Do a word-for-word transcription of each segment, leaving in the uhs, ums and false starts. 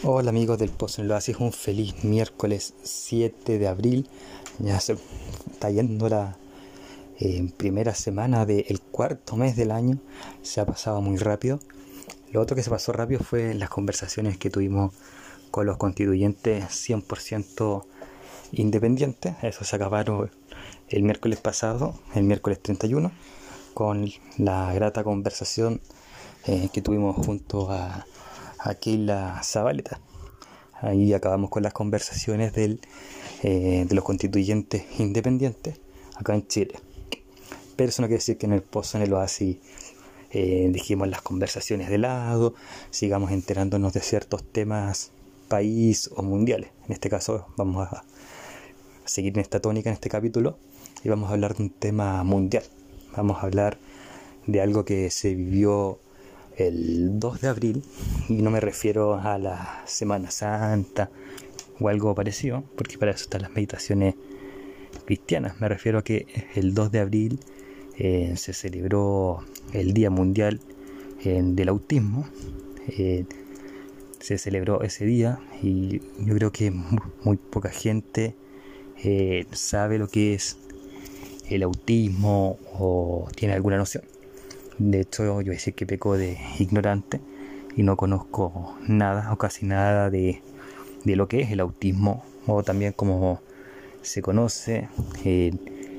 Hola amigos del Pozo en el Oasis, un feliz miércoles siete de abril. Ya se está yendo la eh, primera semana del cuarto mes del año. Se ha pasado muy rápido. Lo otro que se pasó rápido fue las conversaciones que tuvimos con los constituyentes cien por ciento independientes. Eso se acabaron el miércoles pasado, el miércoles treinta y uno, con la grata conversación eh, que tuvimos junto a aquí la Zabaleta. Ahí acabamos con las conversaciones del, eh, de los constituyentes independientes acá en Chile. Pero eso no quiere decir que en el Pozo en el Oasis eh, dejemos las conversaciones de lado, sigamos enterándonos de ciertos temas país o mundiales. En este caso vamos a seguir en esta tónica en este capítulo y vamos a hablar de un tema mundial. Vamos a hablar de algo que se vivió el dos de abril, y no me refiero a la Semana Santa o algo parecido, porque para eso están las meditaciones cristianas. Me refiero a que el dos de abril eh, se celebró el Día Mundial eh, del Autismo. Eh, se celebró ese día y yo creo que muy, muy poca gente eh, sabe lo que es el autismo o tiene alguna noción. De hecho, yo voy a decir que peco de ignorante y no conozco nada o casi nada de, de lo que es el autismo, o también como se conoce el,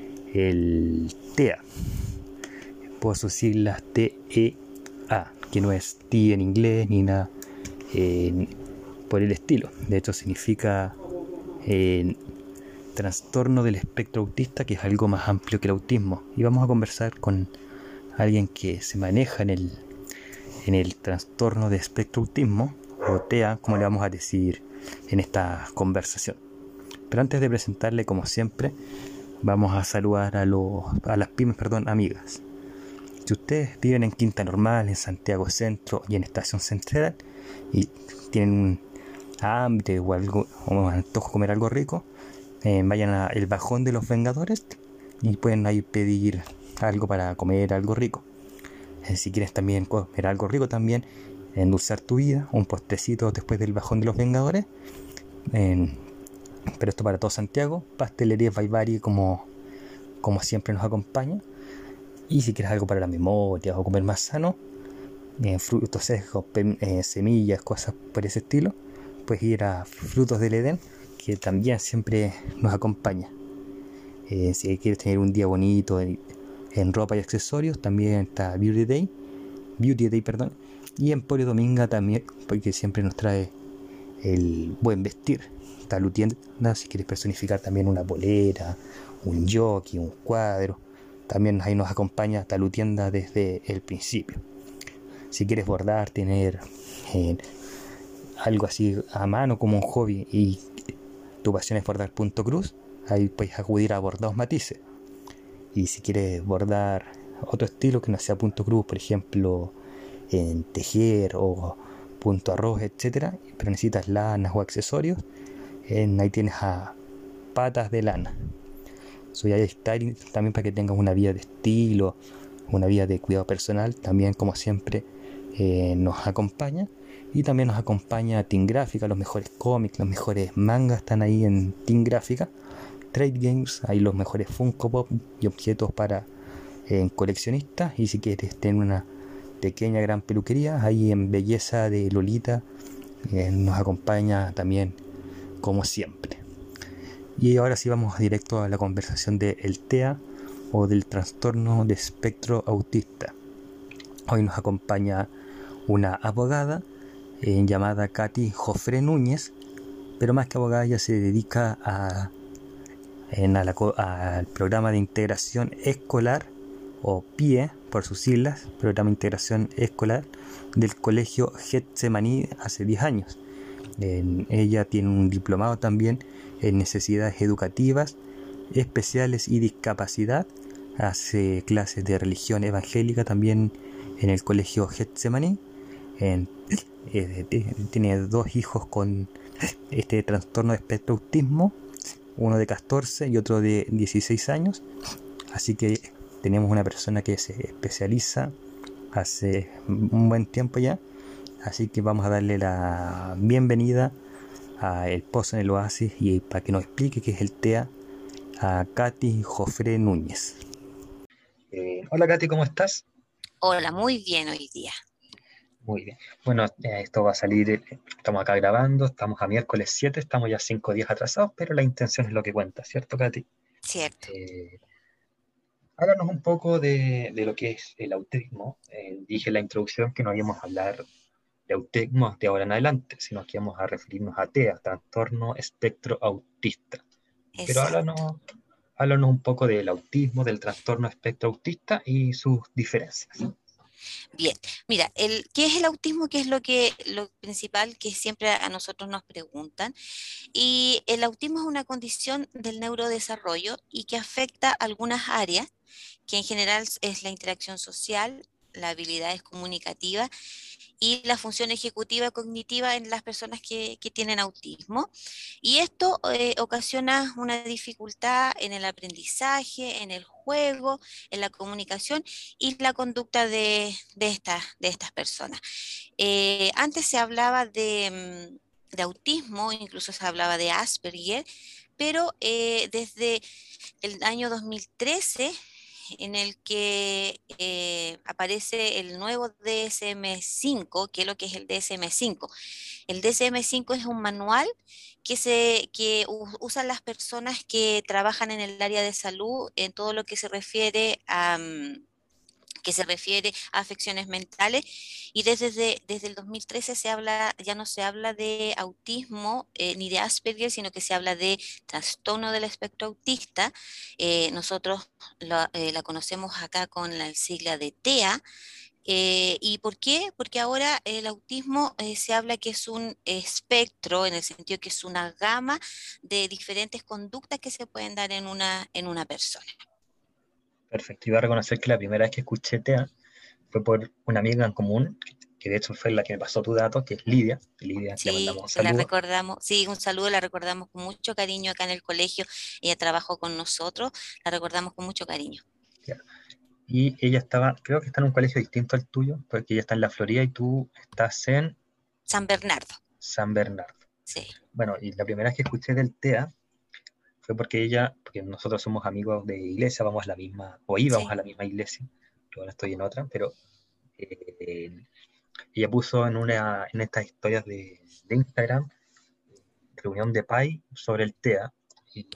el T E A, por sus siglas T E A, que no es T en inglés ni nada eh, por el estilo. De hecho, significa eh, trastorno del espectro autista, que es algo más amplio que el autismo. Y vamos a conversar con alguien que se maneja en el, en el trastorno de espectro autismo, o T E A, como le vamos a decir en esta conversación. Pero antes de presentarle, como siempre, vamos a saludar a, los, a las pymes, perdón, amigas. Si ustedes viven en Quinta Normal, en Santiago Centro y en Estación Central y tienen hambre o algo, o antojo de comer algo rico, eh, vayan a El Bajón de los Vengadores y pueden ahí pedir algo para comer, algo rico. Eh, si quieres también comer algo rico, también endulzar tu vida, un postrecito después del Bajón de los Vengadores. Eh, pero esto para todo Santiago. Pastelería Baibari, como, como siempre nos acompaña. Y si quieres algo para la memoria o comer más sano, eh, frutos secos, eh, semillas, cosas por ese estilo, puedes ir a Frutos del Edén, que también siempre nos acompaña. Eh, si quieres tener un día bonito en, en ropa y accesorios, también está Beauty Day, Beauty Day, perdón, y Emporio Dominga también, porque siempre nos trae el buen vestir. Está Lutienda, si quieres personificar también una polera, un jockey, un cuadro, también ahí nos acompaña hasta Lutienda desde el principio. Si quieres bordar, tener eh, algo así a mano como un hobby y tu pasión es bordar punto cruz, ahí puedes acudir a Bordados Matices. Y si quieres bordar otro estilo que no sea punto cruz, por ejemplo en tejer o punto arroz, etcétera, pero necesitas lanas o accesorios, en, ahí tienes a Patas de Lana. Soy ahí styling también para que tengas una vida de estilo, una vida de cuidado personal. También, como siempre, eh, nos acompaña. Y también nos acompaña Team Gráfica, los mejores cómics, los mejores mangas están ahí en Team Gráfica. Trade Games, hay los mejores Funko Pop y objetos para eh, coleccionistas. Y si quieres tener una pequeña gran peluquería, ahí en Belleza de Lolita eh, nos acompaña también, como siempre. Y ahora sí vamos directo a la conversación del T E A, o del trastorno de espectro autista. Hoy nos acompaña una abogada eh, llamada Katy Jofré Núñez, pero más que abogada ella se dedica a, en, a la, al programa de integración escolar, o P I E por sus siglas, programa de integración escolar del colegio Getsemaní hace diez años. En, ella tiene un diplomado también en necesidades educativas especiales y discapacidad. Hace clases de religión evangélica también en el colegio Getsemaní. En, eh, tiene dos hijos con este trastorno de espectro autismo, uno de catorce y otro de dieciséis años. Así que tenemos una persona que se especializa hace un buen tiempo ya Así que vamos a darle la bienvenida a El Pozo en el Oasis y para que nos explique qué es el T E A, a Katy Jofre Núñez. Eh, hola Katy, ¿cómo estás? Hola, muy bien hoy día. Muy bien. Bueno, eh, esto va a salir, eh, estamos acá grabando, estamos a miércoles siete, estamos ya cinco días atrasados, pero la intención es lo que cuenta, ¿cierto, Katy? Cierto. Eh, Háblanos un poco de, de lo que es el autismo. Eh, dije en la introducción que no íbamos a hablar de autismo de ahora en adelante, sino que íbamos a referirnos a T E A, trastorno espectro autista. Pero Exacto. háblanos, háblanos un poco del autismo, del trastorno espectro autista y sus diferencias. Bien. Mira, el, ¿qué es el autismo? ¿Qué es lo que lo principal que siempre a nosotros nos preguntan? Y el autismo es una condición del neurodesarrollo y que afecta algunas áreas, que en general es la interacción social, las habilidades comunicativas y la función ejecutiva cognitiva en las personas que, que tienen autismo. Y esto eh, ocasiona una dificultad en el aprendizaje, en el juego, en la comunicación y la conducta de, de, estas, de estas personas. Eh, antes se hablaba de, mm, de autismo, incluso se hablaba de Asperger, pero eh, desde el año dos mil trece en el que eh, aparece el nuevo D S M cinco, que es lo que es el D S M cinco. El D S M cinco es un manual que, se, que usan las personas que trabajan en el área de salud en todo lo que se refiere a... Um, que se refiere a afecciones mentales y desde, desde el dos mil trece se habla, ya no se habla de autismo eh, ni de Asperger, sino que se habla de trastorno del espectro autista. Eh, nosotros la, eh, la, conocemos acá con la sigla de T E A. Eh, ¿Y por qué? Porque ahora el autismo eh, se habla que es un espectro, en el sentido que es una gama de diferentes conductas que se pueden dar en una, en una persona. Perfecto. Iba a reconocer que la primera vez que escuché T E A fue por una amiga en común, que de hecho fue la que me pasó tu dato, que es Lidia. Lidia, le mandamos Sí, un que la saludo. recordamos, sí, un saludo, la recordamos con mucho cariño acá en el colegio. Ella trabajó con nosotros, la recordamos con mucho cariño. Ya. Y ella estaba, creo que está en un colegio distinto al tuyo, porque ella está en la Florida y tú estás en San Bernardo, San Bernardo. sí, Bueno, y la primera vez que escuché del T E A fue porque ella, porque nosotros somos amigos de iglesia, vamos a la misma, o íbamos a sí. la misma iglesia, yo ahora estoy en otra, pero eh, ella puso en una, en estas historias de, de Instagram, reunión de P A I sobre el T E A, y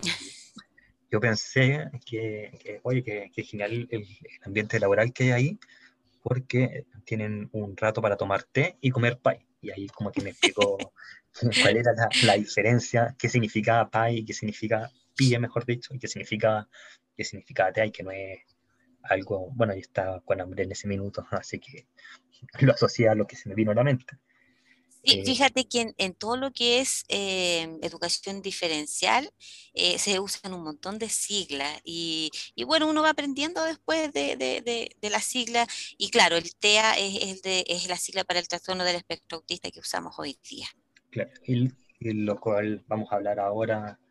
yo pensé que, que oye, que, que genial el, el ambiente laboral que hay ahí, porque tienen un rato para tomar té y comer pie. Y ahí como que me explicó cuál era la, la diferencia, qué significaba pie, qué significa pie, mejor dicho, y qué significa, qué significa té, y que no es algo, bueno, yo estaba con hambre en ese minuto, así que lo asocié a lo que se me vino a la mente. Sí, Eh, fíjate que en, en todo lo que es eh, educación diferencial eh, se usan un montón de siglas y, y bueno, uno va aprendiendo después de, de, de, de la sigla y claro, el T E A es, es, de, es la sigla para el trastorno del espectro autista que usamos hoy día. claro, y, y lo cual vamos a hablar ahora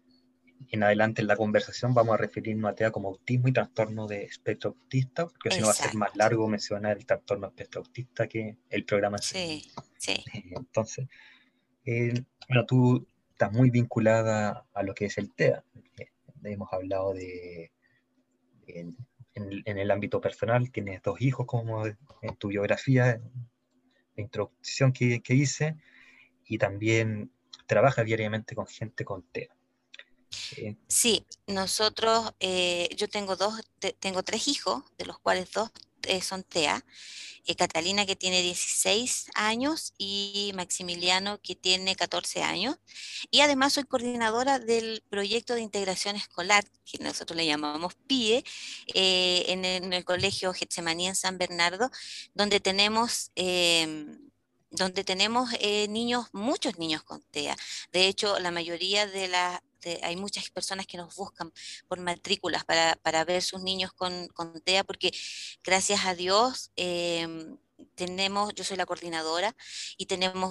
en adelante en la conversación, vamos a referirnos a T E A como autismo y trastorno de espectro autista, porque si no va a ser más Exacto, largo mencionar el trastorno de espectro autista que el programa en sí. sí, sí. Entonces, eh, bueno, tú estás muy vinculada a lo que es el T E A. Eh, Hemos hablado de, en, en- en el ámbito personal, tienes dos hijos, como en tu biografía, la introducción que, que hice, y también trabajas diariamente con gente con T E A. Eh, Sí, nosotros, eh, yo tengo dos, te- tengo tres hijos, de los cuales dos eh, son T E A. eh, Catalina que tiene dieciséis años y Maximiliano que tiene catorce años. Y además soy coordinadora del proyecto de integración escolar, que nosotros le llamamos PIE, eh, en, el, en el Colegio Getsemaní en San Bernardo, donde tenemos... Eh, donde tenemos eh, niños, muchos niños con T E A. De hecho, la mayoría de las hay muchas personas que nos buscan por matrículas para, para ver sus niños con, con T E A, porque gracias a Dios eh, tenemos, yo soy la coordinadora y tenemos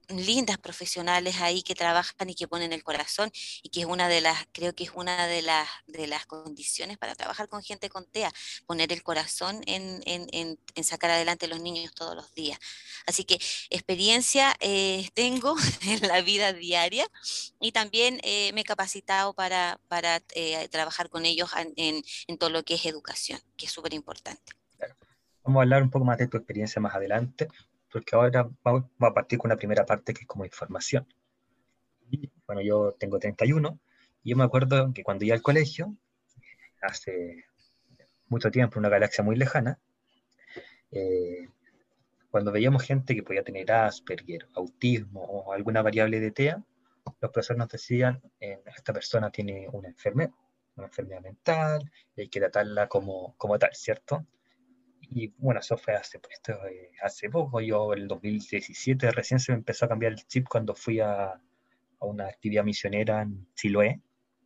lindas profesionales ahí que trabajan y que ponen el corazón y que es una de las, creo que es una de las, de las condiciones para trabajar con gente con TEA, poner el corazón en, en, en, en sacar adelante a los niños todos los días. Así que experiencia eh, tengo en la vida diaria y también eh, me he capacitado para, para eh, trabajar con ellos en, en, en todo lo que es educación, que es súper importante. Claro. Vamos a hablar un poco más de tu experiencia más adelante, porque ahora vamos, vamos a partir con una primera parte que es como información. Y, bueno, yo tengo treinta y uno y yo me acuerdo que cuando iba al colegio, hace mucho tiempo, en una galaxia muy lejana, eh, cuando veíamos gente que podía tener Asperger, autismo o alguna variable de TEA, los profesores nos decían, eh, esta persona tiene una enfermedad, una enfermedad mental, y hay que tratarla como, como tal, ¿cierto? Y bueno, eso fue hace, pues, esto, eh, hace poco, yo el dos mil diecisiete recién se me empezó a cambiar el chip cuando fui a, a una actividad misionera en Chiloé,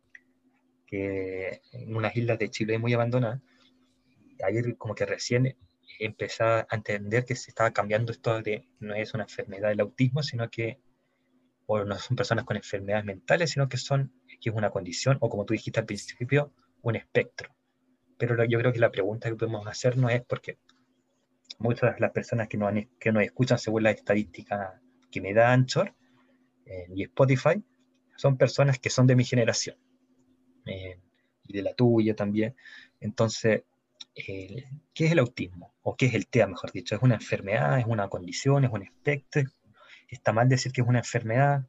que en unas islas de Chiloé muy abandonadas. Ayer como que recién empecé a entender que se estaba cambiando esto de no es una enfermedad del autismo, sino que o no son personas con enfermedades mentales, sino que son que es una condición, o como tú dijiste al principio, un espectro. Pero lo, yo creo que la pregunta que podemos hacernos es porque muchas de las personas que nos, han, que nos escuchan según las estadísticas que me da Anchor eh, y Spotify, son personas que son de mi generación eh, y de la tuya también. Entonces, eh, ¿qué es el autismo? ¿O qué es el TEA, mejor dicho? ¿Es una enfermedad? ¿Es una condición? ¿Es un espectro? ¿Está mal decir que es una enfermedad?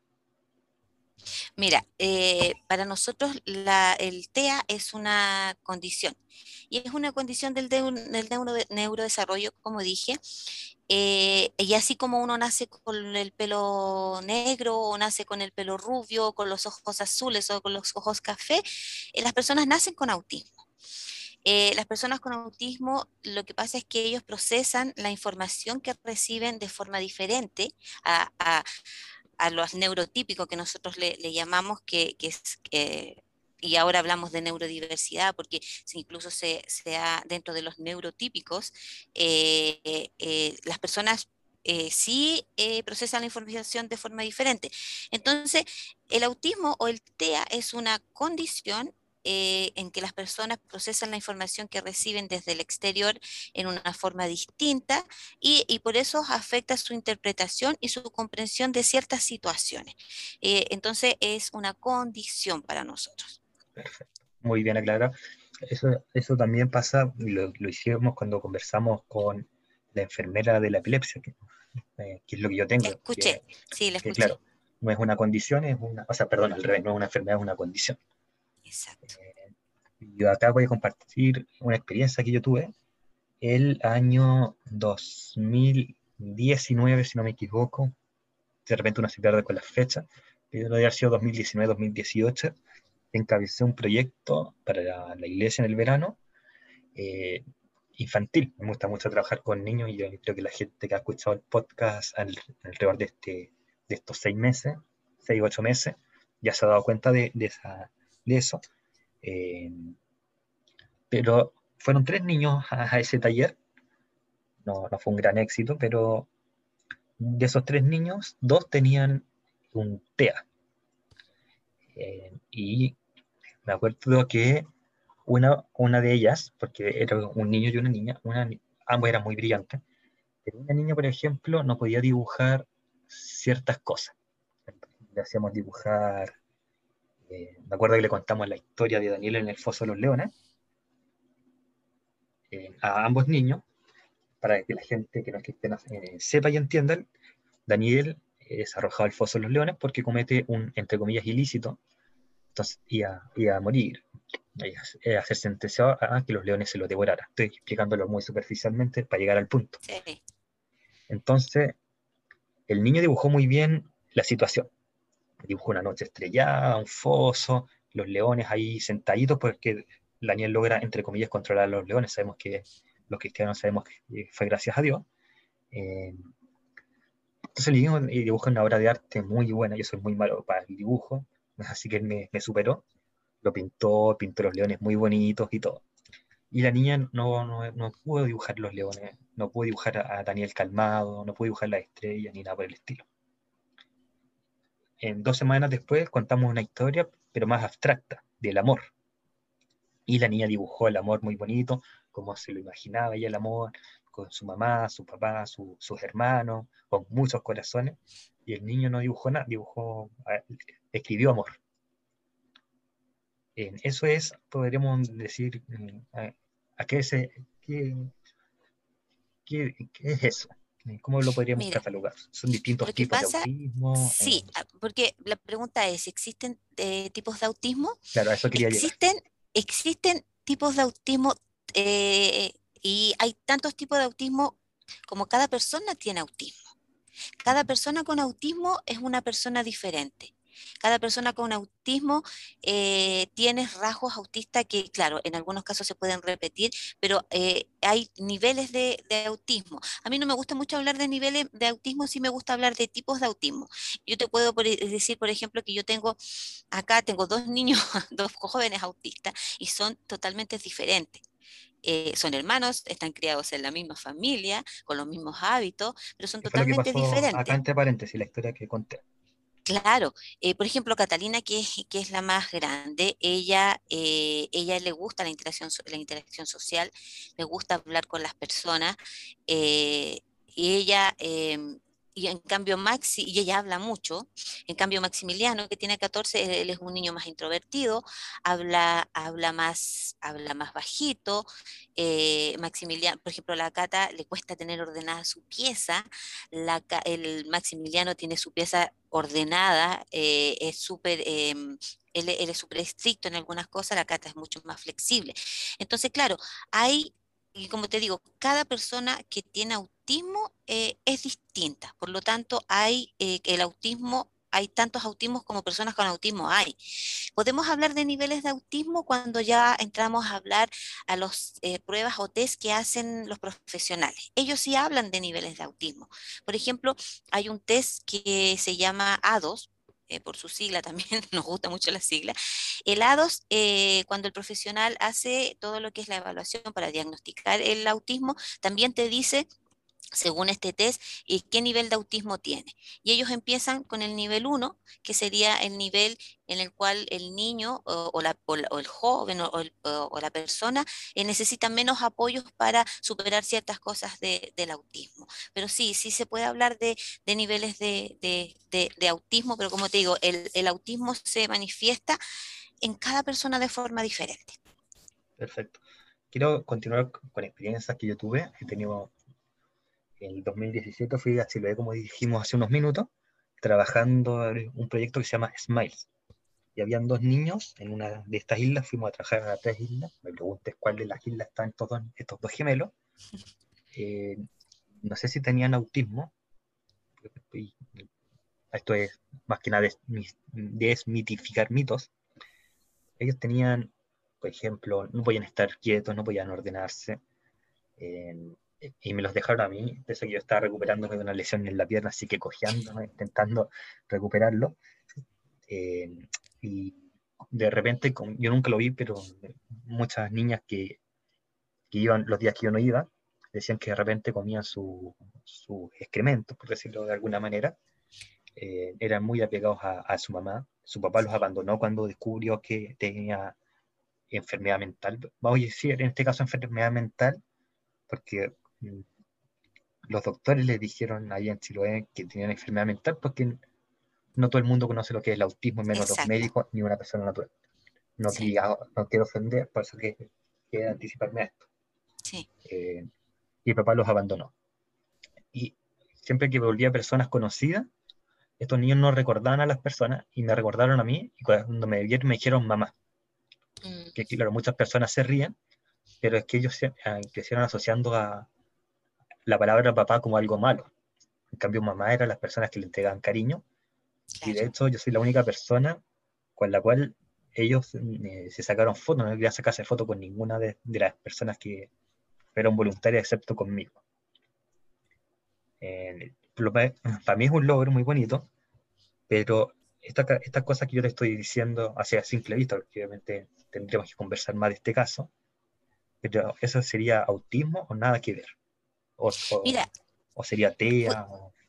Mira, eh, para nosotros la, el TEA es una condición y es una condición del, deu- del neuro, neurodesarrollo, como dije, eh, y así como uno nace con el pelo negro o nace con el pelo rubio, con los ojos azules o con los ojos café, eh, las personas nacen con autismo. Eh, las personas con autismo, lo que pasa es que ellos procesan la información que reciben de forma diferente a, a- a los neurotípicos que nosotros le, le llamamos, que, que es... que y ahora hablamos de neurodiversidad, porque si incluso se, se ha, dentro de los neurotípicos, eh, eh, eh, las personas eh, sí eh, procesan la información de forma diferente. Entonces, el autismo o el TEA es una condición eh, en que las personas procesan la información que reciben desde el exterior en una forma distinta y, y por eso afecta su interpretación y su comprensión de ciertas situaciones. Eh, entonces es una condición para nosotros. Perfecto. Muy bien aclarado. Eso, eso también pasa, y lo, lo hicimos cuando conversamos con la enfermera de la epilepsia, que, eh, que es lo que yo La tengo, que, escuché, sí, la que claro, escuché. no es una condición, es una, o sea, perdón, al revés, no es una enfermedad, es una condición. Exacto. Eh, yo acá voy a compartir una experiencia que yo tuve el año dos mil diecinueve, si no me equivoco. De repente uno se pierde con las fechas, pero debe haber sido dos mil diecinueve, dos mil dieciocho. Encabecé un proyecto para la, la iglesia en el verano, eh, infantil. Me gusta mucho trabajar con niños y yo creo que la gente que ha escuchado el podcast al- alrededor de, este, de estos seis meses, seis, ocho meses, ya se ha dado cuenta de, de, esa, de eso. Eh, pero fueron tres niños a, a ese taller. No, no fue un gran éxito, pero de esos tres niños, dos tenían un TEA. Eh, y me acuerdo que una, una de ellas, porque era un niño y una niña, una, ambos eran muy brillantes, pero una niña, por ejemplo, no podía dibujar ciertas cosas. Le hacíamos dibujar, eh, me acuerdo que le contamos la historia de Daniel en el Foso de los Leones, eh, a ambos niños, para que la gente que no es cristiana eh, sepa y entienda. Daniel es arrojado al Foso de los Leones porque comete un, entre comillas, ilícito, entonces iba, iba a morir, iba a ser sentenciado a que los leones se lo devoraran. Estoy explicándolo muy superficialmente para llegar al punto. Sí. Entonces, el niño dibujó muy bien la situación. Dibujó una noche estrellada, un foso, los leones ahí sentaditos, porque Daniel logra, entre comillas, controlar a los leones. Sabemos que los cristianos sabemos que fue gracias a Dios. Eh, entonces el niño dibuja una obra de arte muy buena. Yo soy muy malo para el dibujo, así que él me, me superó. Lo pintó, pintó los leones muy bonitos y todo. Y la niña no, no, no pudo dibujar los leones, no pudo dibujar a, a Daniel calmado, no pudo dibujar la estrella ni nada por el estilo. en dos semanas después contamos una historia, pero más abstracta, del amor. Y la niña dibujó el amor muy bonito, como se lo imaginaba ella el amor, con su mamá, su papá, su- sus hermanos, con muchos corazones. Y el niño no dibujó nada, dibujó, ah, escribió amor. Eh, eso es, podríamos decir, mm, a, a qué, se, qué, qué- qué es eso. Eh, ¿Cómo lo podríamos Mira, catalogar? ¿Son distintos lo que tipos de pasa, autismo? Eh, sí, ah, porque la pregunta es, ¿existen eh, tipos de autismo? claro, a eso quería llegar. Existen, existen tipos de autismo eh, y hay tantos tipos de autismo como cada persona tiene autismo. Cada persona con autismo es una persona diferente. Cada persona con autismo eh, tiene rasgos autistas que, claro, en algunos casos se pueden repetir, pero eh, hay niveles de, de autismo. A mí no me gusta mucho hablar de niveles de autismo, sí me gusta hablar de tipos de autismo. Yo te puedo por- decir, por ejemplo, que yo tengo acá, tengo dos niños, dos jóvenes autistas, y son totalmente diferentes. Eh, son hermanos, están criados en la misma familia, con los mismos hábitos, pero son ¿Qué fue lo que totalmente pasó acá diferentes. entre paréntesis, la historia que conté? Claro, eh, por ejemplo, Catalina, que es, que es la más grande, ella, eh, ella le gusta la interacción, so- la interacción social, le gusta hablar con las personas, eh, y ella, em, y en cambio Maxi, y ella habla mucho, en cambio Maximiliano, que tiene catorce, él es un niño más introvertido, habla, habla más, habla más bajito, eh, Maximiliano, por ejemplo, a la Cata le cuesta tener ordenada su pieza, la ca- el Maximiliano tiene su pieza ordenada, eh, es súper, eh, él, él es súper estricto en algunas cosas, la Cata es mucho más flexible. Entonces, claro, hay, y como te digo, cada persona que tiene autismo eh, es distinta, por lo tanto, hay eh, el autismo. Hay tantos autismos como personas con autismo hay. Podemos hablar de niveles de autismo cuando ya entramos a hablar a las pruebas o test que hacen los profesionales. Ellos sí hablan de niveles de autismo. Por ejemplo, hay un test que se llama A dos, eh, por su sigla también, nos gusta mucho la sigla. El A dos, eh, cuando el profesional hace todo lo que es la evaluación para diagnosticar el autismo, también te dice según este test, y qué nivel de autismo tiene. Y ellos empiezan con el nivel uno, que sería el nivel en el cual el niño o, o la, o la- o el joven o, o el- o- o la persona eh, necesita menos apoyos para superar ciertas cosas de- del autismo. Pero sí, sí se puede hablar de, de niveles de, de- de- de autismo, pero como te digo, el, el autismo se manifiesta en cada persona de forma diferente. Perfecto. Quiero continuar con con experiencias que yo tuve. He tenido, en el dos mil diecisiete fui a Chiloé, como dijimos hace unos minutos, trabajando en un proyecto que se llama Smiles. Y habían dos niños en una de estas islas, fuimos a trabajar a tres islas. Me preguntes cuál de las islas están estos dos, estos dos gemelos. Eh, no sé si tenían autismo, y esto es más que nada des- desmitificar mitos. Ellos tenían, por ejemplo, no podían estar quietos, no podían ordenarse, eh, y me los dejaron a mí, de eso que yo estaba recuperándome de una lesión en la pierna, así que cojeando, ¿no? Intentando recuperarlo. eh, y de repente, con- yo nunca lo vi, pero muchas niñas que, que iban los días que yo no iba, decían que de repente comían su, su excremento, por decirlo de alguna manera. Eh, eran muy apegados a, a su mamá. Su papá los abandonó cuando descubrió que tenía enfermedad mental. Vamos a decir, en este caso, enfermedad mental, porque mm, los doctores les dijeron ahí en Chiloé que tenían enfermedad mental, porque no todo el mundo conoce lo que es el autismo, menos los Exacto, médicos ni una persona natural. No, sí, quería, no quiero ofender, por eso que quiero anticiparme a esto. sí. Eh, y el papá los abandonó. Y siempre que volvía a personas conocidas, estos niños no recordaban a las personas y me recordaron a mí, y cuando me vieron me dijeron mamá. Mm, Que claro, muchas personas se ríen, pero es que ellos se, eh, crecieron asociando a la palabra papá como algo malo. En cambio, mamá era las personas que le entregaban cariño, y de claro, hecho yo soy la única persona con la cual ellos eh, se sacaron fotos, no quería sacarse foto con ninguna de, de las personas que fueron voluntarias excepto conmigo. Eh, para mí es un logro muy bonito, pero esta, estas cosas que yo te estoy diciendo hacia simple vista, porque obviamente tendríamos que conversar más de este caso, pero eso sería autismo o nada que ver, o, o, mira, o sería pu- TEA, o...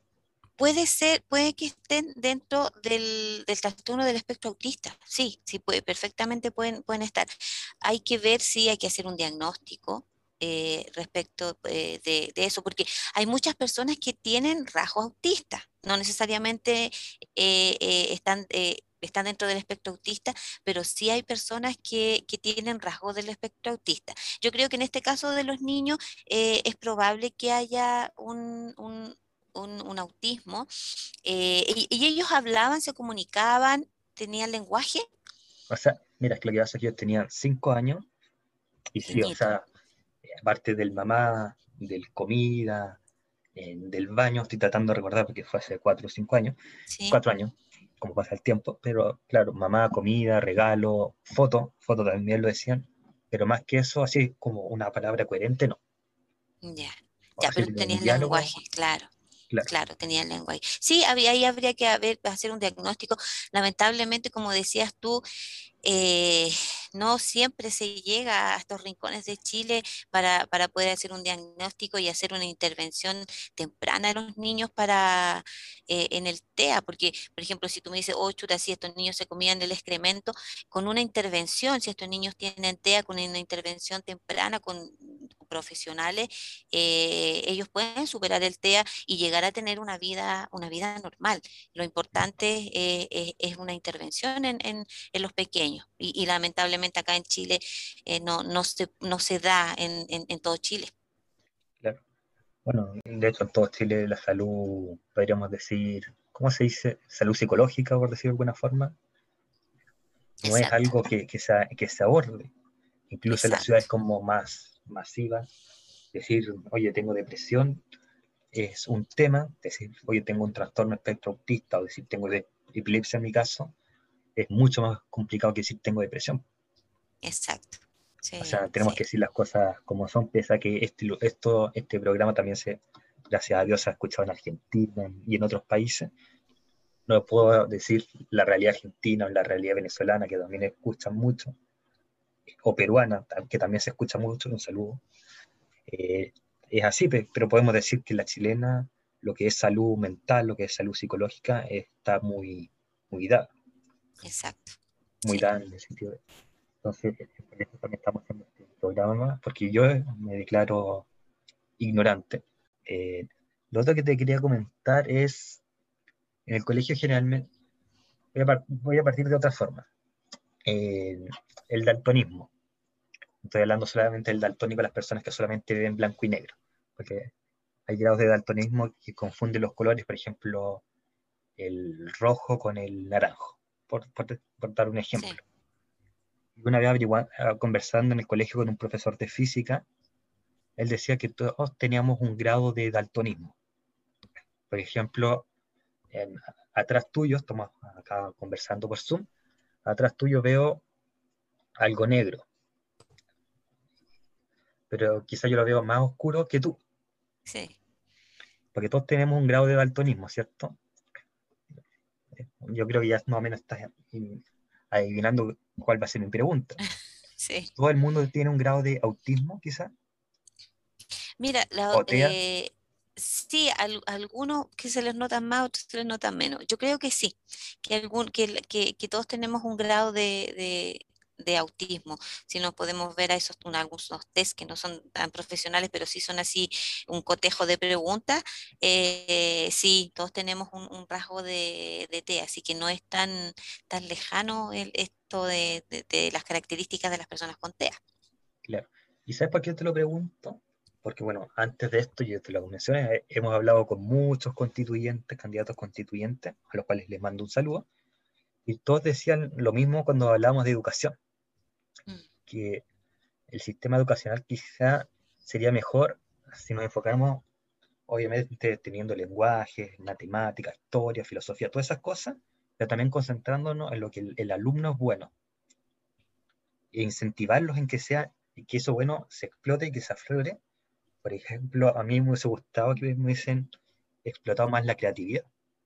Puede ser, puede que estén dentro del, del trastorno del espectro autista. Sí, sí, puede, perfectamente pueden, pueden estar. Hay que ver si hay que hacer un diagnóstico eh, respecto eh, de, de eso, porque hay muchas personas que tienen rasgos autistas, no necesariamente eh, eh, están, eh, están dentro del espectro autista, pero sí hay personas que, que tienen rasgos del espectro autista. Yo creo que en este caso de los niños eh, es probable que haya un, un- un- un autismo, eh, y, y ellos hablaban, se comunicaban, tenían lenguaje, O sea, mira, es que lo que pasa es que ellos tenían cinco años y sí, o pequeñito, sea, eh, aparte del mamá, del comida, eh, del baño, estoy tratando de recordar porque fue hace cuatro o cinco años, ¿sí? cuatro años, como pasa el tiempo, pero claro, mamá, comida, regalo, foto, foto también lo decían, pero más que eso, así como una palabra coherente, no. Ya, O ya, así pero de un tenían diálogo, lenguaje, claro. claro, Claro, tenía lengua ahí. Sí, había, ahí habría que haber, hacer un diagnóstico. Lamentablemente, como decías tú, eh, no siempre se llega a estos rincones de Chile para, para poder hacer un diagnóstico y hacer una intervención temprana de los niños para eh, en el T E A, porque, por ejemplo, si tú me dices, oh, chuta, si estos niños se comían el excremento, con una intervención, si estos niños tienen T E A, con una intervención temprana, con profesionales, eh, ellos pueden superar el T E A y llegar a tener una vida, una vida normal. Lo importante eh, es, es una intervención en, en en los pequeños. Y, y lamentablemente acá en Chile eh, no, no, se, no se da en, en, en todo Chile. claro. Bueno, de hecho en todo Chile la salud, podríamos decir, ¿cómo se dice? Salud psicológica, por decirlo de alguna forma, no es Exacto, algo que, que, se, que se aborde. Incluso en las ciudades exacto, como más masivas, decir, oye, tengo depresión, es un tema, decir, oye, tengo un trastorno espectro autista, o decir, tengo de- epilepsia en mi caso, es mucho más complicado que decir tengo depresión. exacto. O Sí, sea, tenemos sí, que decir las cosas como son, pese a que este, esto, este programa también se, gracias a Dios, se ha escuchado en Argentina y en otros países. No puedo decir la realidad argentina o la realidad venezolana, que también escuchan mucho, o peruana, que también se escucha mucho, un saludo. Eh, es así, pero podemos decir que la chilena, lo que es salud mental, lo que es salud psicológica, está muy, muy dada, exacto. muy Sí, dada en el sentido de... Entonces, por eso también estamos haciendo este programa, porque yo me declaro ignorante. Eh, lo otro que te quería comentar es, en el colegio generalmente, voy a, par- voy a partir de otra forma. Eh, el daltonismo. Estoy hablando solamente del daltónico a las personas que solamente ven blanco y negro, porque hay grados de daltonismo que confunden los colores, por ejemplo, el rojo con el naranjo, por, por- por dar un sí. ejemplo. Y una vez averigua- ah, conversando en el colegio con un profesor de física, él decía que todos teníamos un grado de daltonismo. Por ejemplo, en- atrás tuyo, estamos acá conversando por Zoom, atrás tuyo veo algo negro, pero quizá yo lo veo más oscuro que tú, Sí. porque todos tenemos un grado de daltonismo, ¿cierto? Yo creo que ya más o menos estás adivinando cuál va a ser mi pregunta. Sí. ¿Todo el mundo tiene un grado de autismo, quizá? Mira, la- ¿O T E A? eh, sí, al- algunos que se les notan más, otros se les notan menos. Yo creo que sí, que, algún, que, el- que, que todos tenemos un grado de, de, de autismo. Si nos podemos ver a esos un- algunos test que no son tan profesionales, pero sí son así un cotejo de preguntas, eh, sí, todos tenemos un, un rasgo de, de T, así que no es tan, tan lejano el, esto de, de de las características de las personas con T E A. Claro. ¿Y sabes por qué te lo pregunto? Porque, bueno, antes de esto, yo te lo mencioné, eh, hemos hablado con muchos constituyentes, candidatos constituyentes, a los cuales les mando un saludo, y todos decían lo mismo cuando hablamos de educación, Mm, que el sistema educacional quizá sería mejor si nos enfocáramos, obviamente, teniendo lenguaje, matemáticas, historia, filosofía, todas esas cosas, pero también concentrándonos en lo que el, el alumno es bueno, e incentivarlos en que sea, y que eso bueno se explote y que se aflore. Por ejemplo, a mí me hubiese gustado que me hubiesen explotado más la creatividad.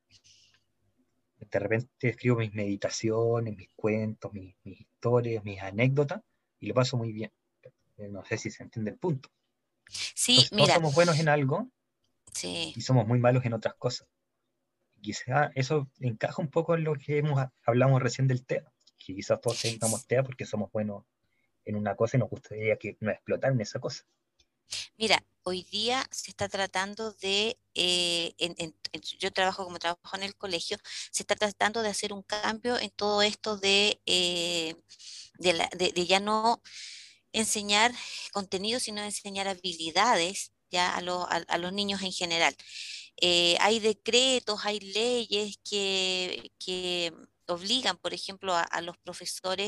De repente escribo mis meditaciones, mis cuentos, mis, mis historias, mis anécdotas, y lo paso muy bien. Eh, No sé si se entiende el punto. sí, Entonces, todos mira, somos buenos en algo sí. y somos muy malos en otras cosas. quizá eso encaja un poco en lo que hemos, hablamos recién del TEA, que quizás todos tengamos TEA porque somos buenos en una cosa y nos gustaría que nos explotaran esa cosa. Mira, hoy día se está tratando de, eh, en- en- en- yo trabajo como trabajo en el colegio, se está tratando de hacer un cambio en todo esto de, eh, de, la- de- de ya no enseñar contenido, sino enseñar habilidades ya a, los a- a los niños en general. Eh, hay decretos, hay leyes que, que obligan, por ejemplo, a, a los profesores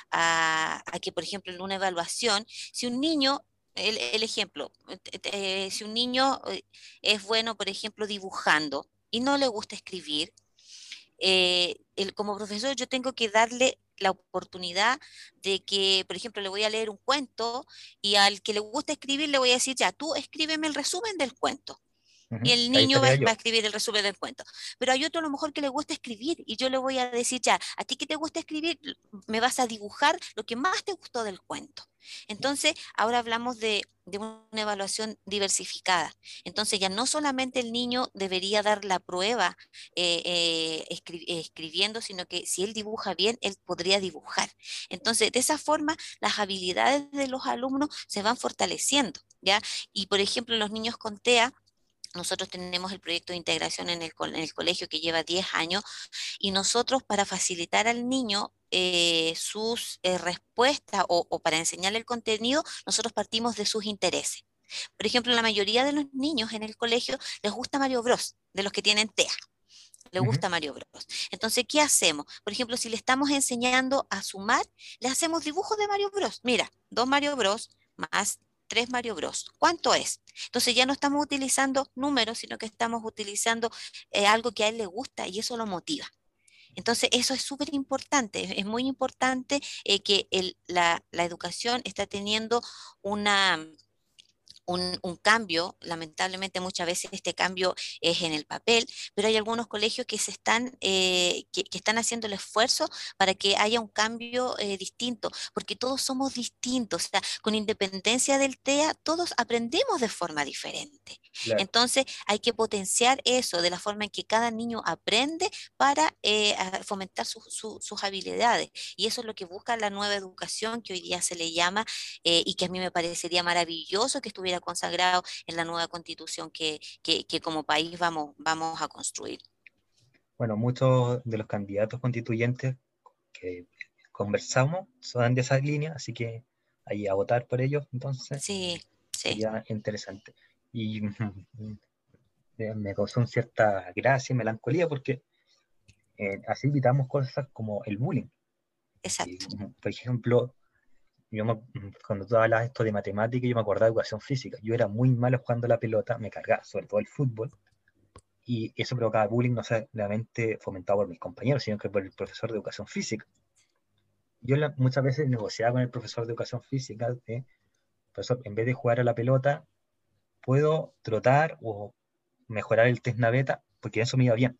a, a que, por ejemplo, en una evaluación, si un niño, el, el ejemplo, eh, eh, si un niño eh, es bueno, por ejemplo, dibujando y no le gusta escribir, eh, el, como profesor yo tengo que darle la oportunidad de que, por ejemplo, le voy a leer un cuento y al que le gusta escribir le voy a decir, ya, tú escríbeme el resumen del cuento y Ujú. el Ahí niño va, estaría va a yo. escribir el resumen del cuento. Pero hay otro a lo mejor que le gusta escribir y yo le voy a decir, ya, a ti que te gusta escribir, me vas a dibujar lo que más te gustó del cuento. Entonces, ahora hablamos de, de una evaluación diversificada. Entonces, ya no solamente el niño debería dar la prueba eh, eh, escri- eh, escribiendo, sino que si él dibuja bien, él podría dibujar. Entonces, de esa forma, las habilidades de los alumnos se van fortaleciendo, ¿ya? Y, por ejemplo, los niños con TEA, nosotros tenemos el proyecto de integración en el, co- en el colegio que lleva diez años y nosotros para facilitar al niño eh, sus eh, respuestas o, o para enseñarle el contenido, nosotros partimos de sus intereses. Por ejemplo, la mayoría de los niños en el colegio les gusta Mario Bros, de los que tienen TEA. Le Ujú. gusta Mario Bros. Entonces, ¿qué hacemos? Por ejemplo, si le estamos enseñando a sumar, le hacemos dibujos de Mario Bros. Mira, dos Mario Bros más tres Mario Bros. ¿Cuánto es? Entonces ya no estamos utilizando números, sino que estamos utilizando eh, algo que a él le gusta y eso lo motiva. Entonces, eso es súper importante, es es muy importante eh, que el- la, la educación está teniendo una, un, un cambio, lamentablemente muchas veces este cambio es en el papel, pero hay algunos colegios que se están, eh, que, que están haciendo el esfuerzo para que haya un cambio eh, distinto, porque todos somos distintos, o sea, con independencia del TEA, todos aprendemos de forma diferente. Claro. Entonces, hay que potenciar eso de la forma en que cada niño aprende para eh, a fomentar su- su- sus habilidades. Y eso es lo que busca la nueva educación, que hoy día se le llama eh, y que a mí me parecería maravilloso que estuviera consagrado en la nueva constitución que, que, que como país vamos, vamos a construir. Bueno, muchos de los candidatos constituyentes que conversamos son de esa línea, así que ahí a votar por ellos, entonces Sí, sí, sería interesante. Y eh, me causó una cierta gracia y melancolía porque eh, así evitamos cosas como el bullying. Y, exacto. por ejemplo, yo me- cuando tú hablas esto de matemática, yo me acordaba de educación física. Yo era muy malo jugando a la pelota, me cargaba, sobre todo el fútbol, y eso provocaba bullying no solamente fomentado por mis compañeros, sino que por el profesor de educación física. Yo la- muchas veces negociaba con el profesor de educación física, de, profesor, en vez de jugar a la pelota, puedo trotar o mejorar el test naveta, porque eso me iba bien.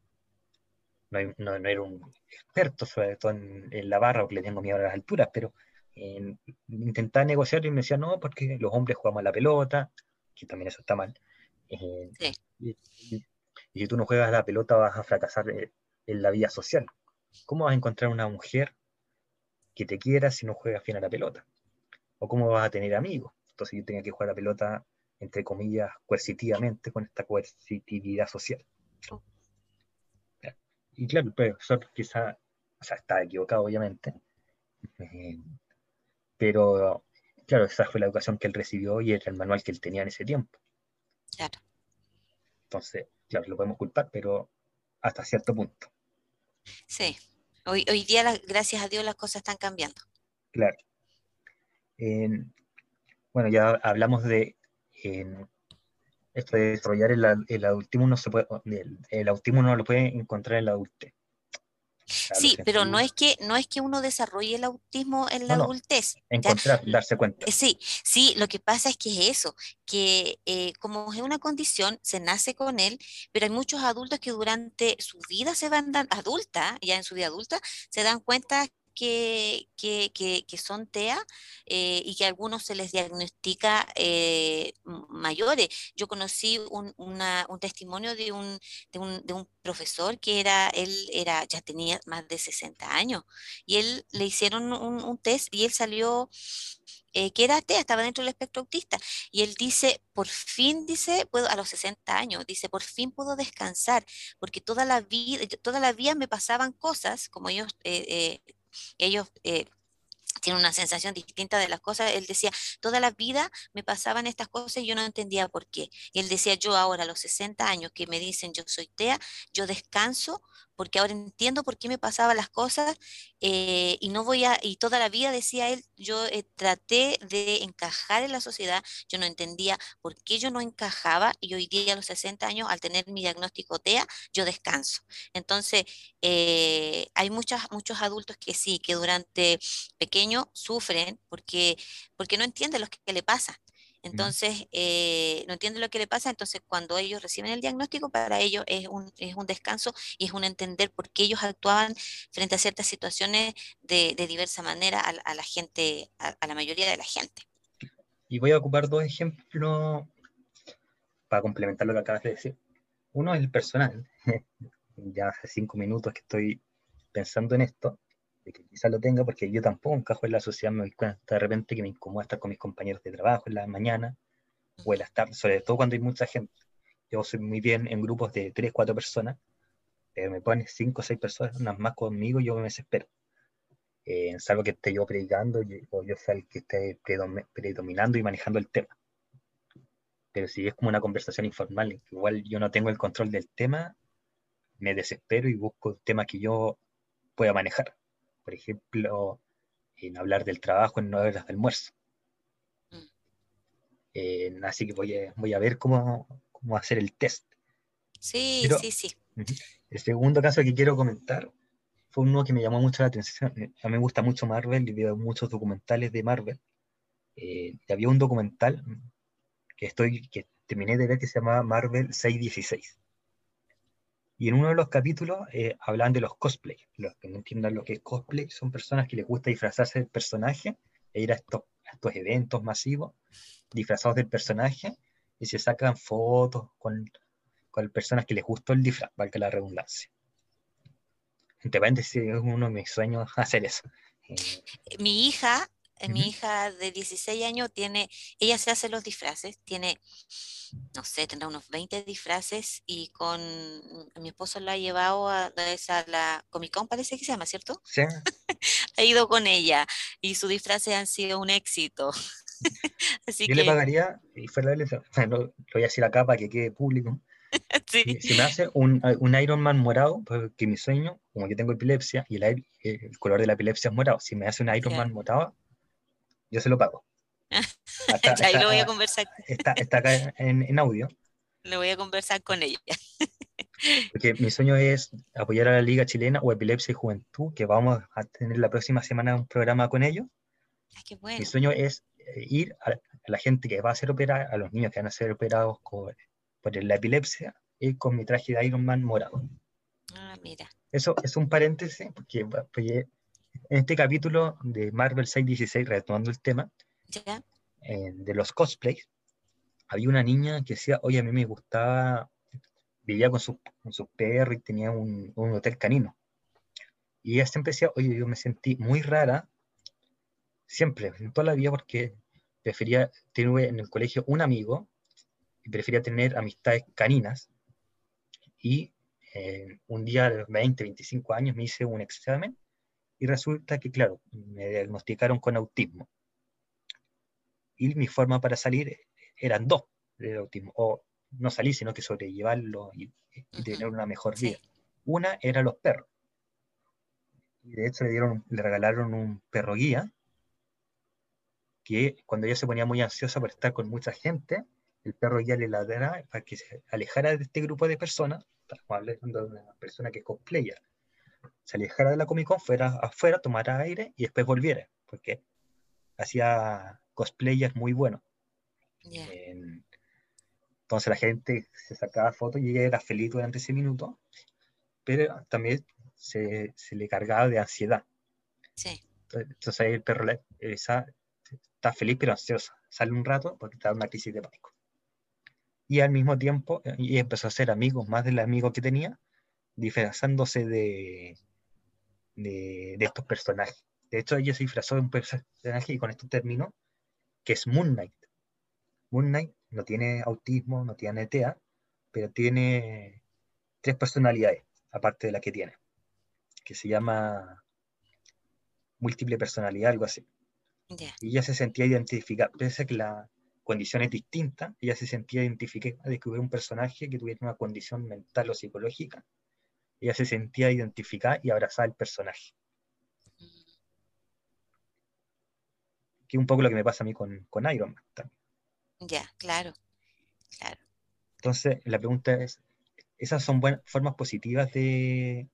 No, no, no era un experto, sobre todo en, en la barra, porque le tengo miedo a las alturas, pero eh, intentaba negociar y me decía, no, porque los hombres jugamos a la pelota, que también eso está mal. Eh, Sí, y, y- y si tú no juegas a la pelota vas a fracasar eh, en la vida social. ¿Cómo vas a encontrar una mujer que te quiera si no juegas bien a la pelota? ¿O cómo vas a tener amigos? Entonces yo tenía que jugar a la pelota, entre comillas, coercitivamente, con esta coercitividad social. Y claro, el profesor quizá, o sea, está equivocado obviamente, eh, pero claro, esa fue la educación que él recibió y era el manual que él tenía en ese tiempo. claro. Entonces, claro, lo podemos culpar, pero hasta cierto punto, Sí. Hoy, hoy día, la- gracias a Dios, las cosas están cambiando. claro. Eh, bueno, ya hablamos de eh, esto de desarrollar el, el autismo, no se puede, el, el autismo no lo puede encontrar en la adultez. Ya lo Sí, siento. pero no es que, no es que uno desarrolle el autismo en la No, no, adultez, ¿ya? encontrar, L- darse cuenta. eh, Sí, sí, lo que pasa es que es eso, que eh, como es una condición, se nace con él, pero hay muchos adultos que durante su vida se van dando, adulta, ya en su vida adulta, se dan cuenta que, que, que, que son T E A eh, y que a algunos se les diagnostica eh, mayores. Yo conocí un, una, un testimonio de un, de, un, de un profesor que era, él era, ya tenía más de sesenta años y él le hicieron un, un test y él salió eh, que era T E A, estaba dentro del espectro autista. Y él dice, por fin, dice, puedo, a los sesenta años, dice, por fin puedo descansar, porque toda la vida, toda la vida me pasaban cosas, como ellos, eh, eh, ellos eh, tiene una sensación distinta de las cosas. Él decía, toda la vida me pasaban estas cosas y yo no entendía por qué. Y él decía, yo ahora a los sesenta años que me dicen yo soy T E A, yo descanso porque ahora entiendo por qué me pasaban las cosas eh, y no voy a, y toda la vida decía él, yo eh, traté de encajar en la sociedad, yo no entendía por qué yo no encajaba y hoy día a los sesenta años al tener mi diagnóstico T E A, yo descanso. Entonces, eh, hay muchas, muchos adultos que sí, que durante pequeños sufren porque, porque no entienden lo que le pasa. Mm. Entonces, eh, no entienden lo que le pasa, entonces cuando ellos reciben el diagnóstico, para ellos es un, es un descanso y es un entender por qué ellos actuaban frente a ciertas situaciones de, de diversa manera a, a la gente, a, a la mayoría de la gente. Y voy a ocupar dos ejemplos para complementar lo que acabas de decir. Uno es el personal. Ya hace cinco minutos que estoy pensando en esto, de que quizás lo tenga, porque yo tampoco encajo en la sociedad, me doy cuenta de repente que me incomoda estar con mis compañeros de trabajo en la mañana o en las tardes, sobre todo cuando hay mucha gente. Yo soy muy bien en grupos de tres, cuatro personas, pero me pones cinco o seis personas más conmigo y yo me desespero. Eh, salvo que esté yo predicando y- o yo sea el que esté predom- predominando y manejando el tema. Pero si es como una conversación informal, en que igual yo no tengo el control del tema, me desespero y busco temas que yo pueda manejar. Por ejemplo, en hablar del trabajo en horas de almuerzo. Mm. Eh, así que voy a, voy a ver cómo, cómo hacer el test. Sí, Pero sí, sí. ujú, el segundo caso que quiero comentar fue uno que me llamó mucho la atención. Eh, A mí me gusta mucho Marvel y veo muchos documentales de Marvel. Eh, y había un documental que, estoy, que terminé de ver que se llamaba Marvel seiscientos dieciséis. Y en uno de los capítulos eh, hablan de los cosplay. Los que no entiendan lo que es cosplay son personas que les gusta disfrazarse del personaje e ir a estos, a estos eventos masivos disfrazados del personaje y se sacan fotos con, con personas que les gustó el disfraz, valga la redundancia. Entre paréntesis, es uno de mis sueños hacer eso. Eh, Mi hija, eh, mi ujú. hija de dieciséis años tiene, ella se hace los disfraces, tiene, no sé, tendrá unos veinte disfraces y con mi esposo la ha llevado a, a esa, la Comic Con, parece que se llama, ¿cierto? Sí, Ha ido con ella y sus disfraces han sido un éxito. Así yo le que, pagaría, y fuera de eso, no, lo voy a decir acá para que quede público. sí, Si, si me hace un, un Iron Man morado, porque mi sueño, como yo tengo epilepsia y el, air- el color de la epilepsia es morado, si me hace un Iron ya. Man morado, yo se lo pago. Hasta, Ya, ahí lo voy a está, conversar, está, está acá en, en audio. lo voy a conversar con ella. Porque mi sueño es apoyar a la Liga Chilena o Epilepsia y Juventud, que vamos a tener la próxima semana un programa con ellos. Ay, qué Mi bueno. sueño es eh, ir a, a la gente que va a ser operada, a los niños que van a ser operados con- por la epilepsia, y con mi traje de Iron Man morado. Ah, mira, Eso es un paréntesis, porque porque en este capítulo de Marvel seiscientos dieciséis, retomando el tema, ya, eh, de los cosplays, había una niña que decía, oye, a mí me gustaba, vivía con, su, con sus perros y tenía un, un hotel canino. Y ella siempre decía, oye, yo me sentí muy rara, siempre, en toda la vida, porque prefería, tuve en el colegio un amigo y prefería tener amistades caninas. Y eh, un día a los veinte, veinticinco años me hice un examen y resulta que, claro, me diagnosticaron con autismo. Y mi forma para salir eran dos del autismo, o no salir, sino que sobrellevarlo y, y ujú, tener una mejor vida. sí, Una era los perros. Y de hecho le, dieron, le regalaron un perro guía que cuando ella se ponía muy ansiosa por estar con mucha gente, el perro guía le ladraba para que se alejara de este grupo de personas, estamos hablando de una persona que es cosplayer, se alejara de la Comic Con, fuera afuera, tomara aire y después volviera, porque hacía cosplayers muy buenos. ya, En- entonces la gente se sacaba fotos y ella era feliz durante ese minuto, pero también se, se le cargaba de ansiedad. sí. Entonces ahí el perro la- esa- está feliz pero ansioso. Sale un rato porque está en una crisis de pánico. Y al mismo tiempo, eh, y empezó a ser amigos más del amigo que tenía, disfrazándose de, de, de estos personajes. De hecho, ella se disfrazó de un personaje, y con esto termino, que es Moon Knight. Moon Knight no tiene autismo, no tiene T E A, pero tiene tres personalidades, aparte de la que tiene, que se llama múltiple personalidad, algo así. Ya. Y ella se sentía identificada, pese a que la condición es distinta, ella se sentía identificada de que hubiera un personaje que tuviera una condición mental o psicológica. Ella se sentía identificada y abrazada al personaje, que es un poco lo que me pasa a mí con, con Iron Man también. Ya, claro, claro. Entonces, la pregunta es, ¿esas son buenas formas positivas de,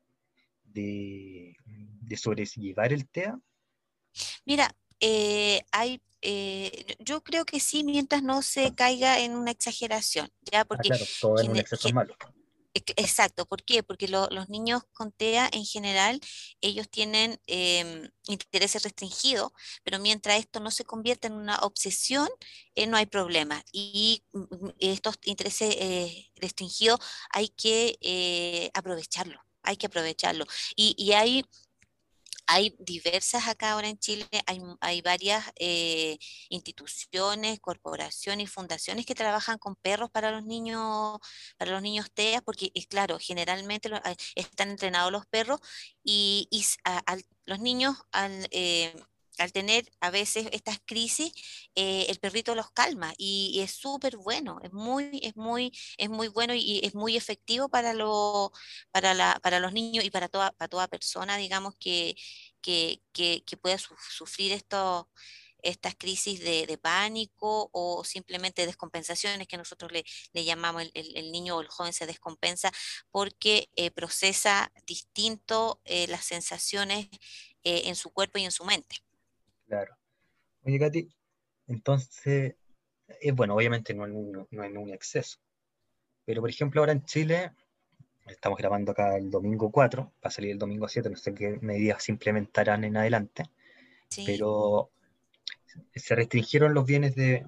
de, de sobrellevar el T E A? Mira, eh, hay, eh, yo creo que sí, mientras no se caiga en una exageración, ¿ya? Ah, Porque, claro, todo en un gene- exceso es ge- malo. ec- exacto, ¿por qué? Porque lo- los niños con T E A en general, ellos tienen em, intereses restringidos, pero mientras esto no se convierta en una obsesión, eh, no hay problema. Y mm, mm, estos intereses eh, restringidos hay que eh, aprovecharlo, hay que aprovecharlo. Y, y hay hay diversas acá ahora en Chile, hay, hay varias eh, instituciones, corporaciones y fundaciones que trabajan con perros para los niños, para los niños T E A, porque es claro, generalmente lo- a- están entrenados los perros y, y s- a- al- los niños al, eh, al tener a veces estas crisis, eh, el perrito los calma y, y es súper bueno, es muy, es muy, es muy bueno y, y es muy efectivo para, lo, para, la, para los niños y para toda, para toda persona, digamos, que que, que, que pueda su- sufrir esto, estas crisis de, de pánico o simplemente descompensaciones que nosotros le, le llamamos, el, el- el niño o el joven se descompensa porque eh, procesa distinto eh, las sensaciones eh, en su cuerpo y en su mente. Claro. Oye, Katy, entonces, es bueno, obviamente no en un, no en un exceso, pero por ejemplo ahora en Chile, estamos grabando acá el domingo cuatro, va a salir el domingo siete, no sé qué medidas se implementarán en adelante, Sí, pero se restringieron los bienes de,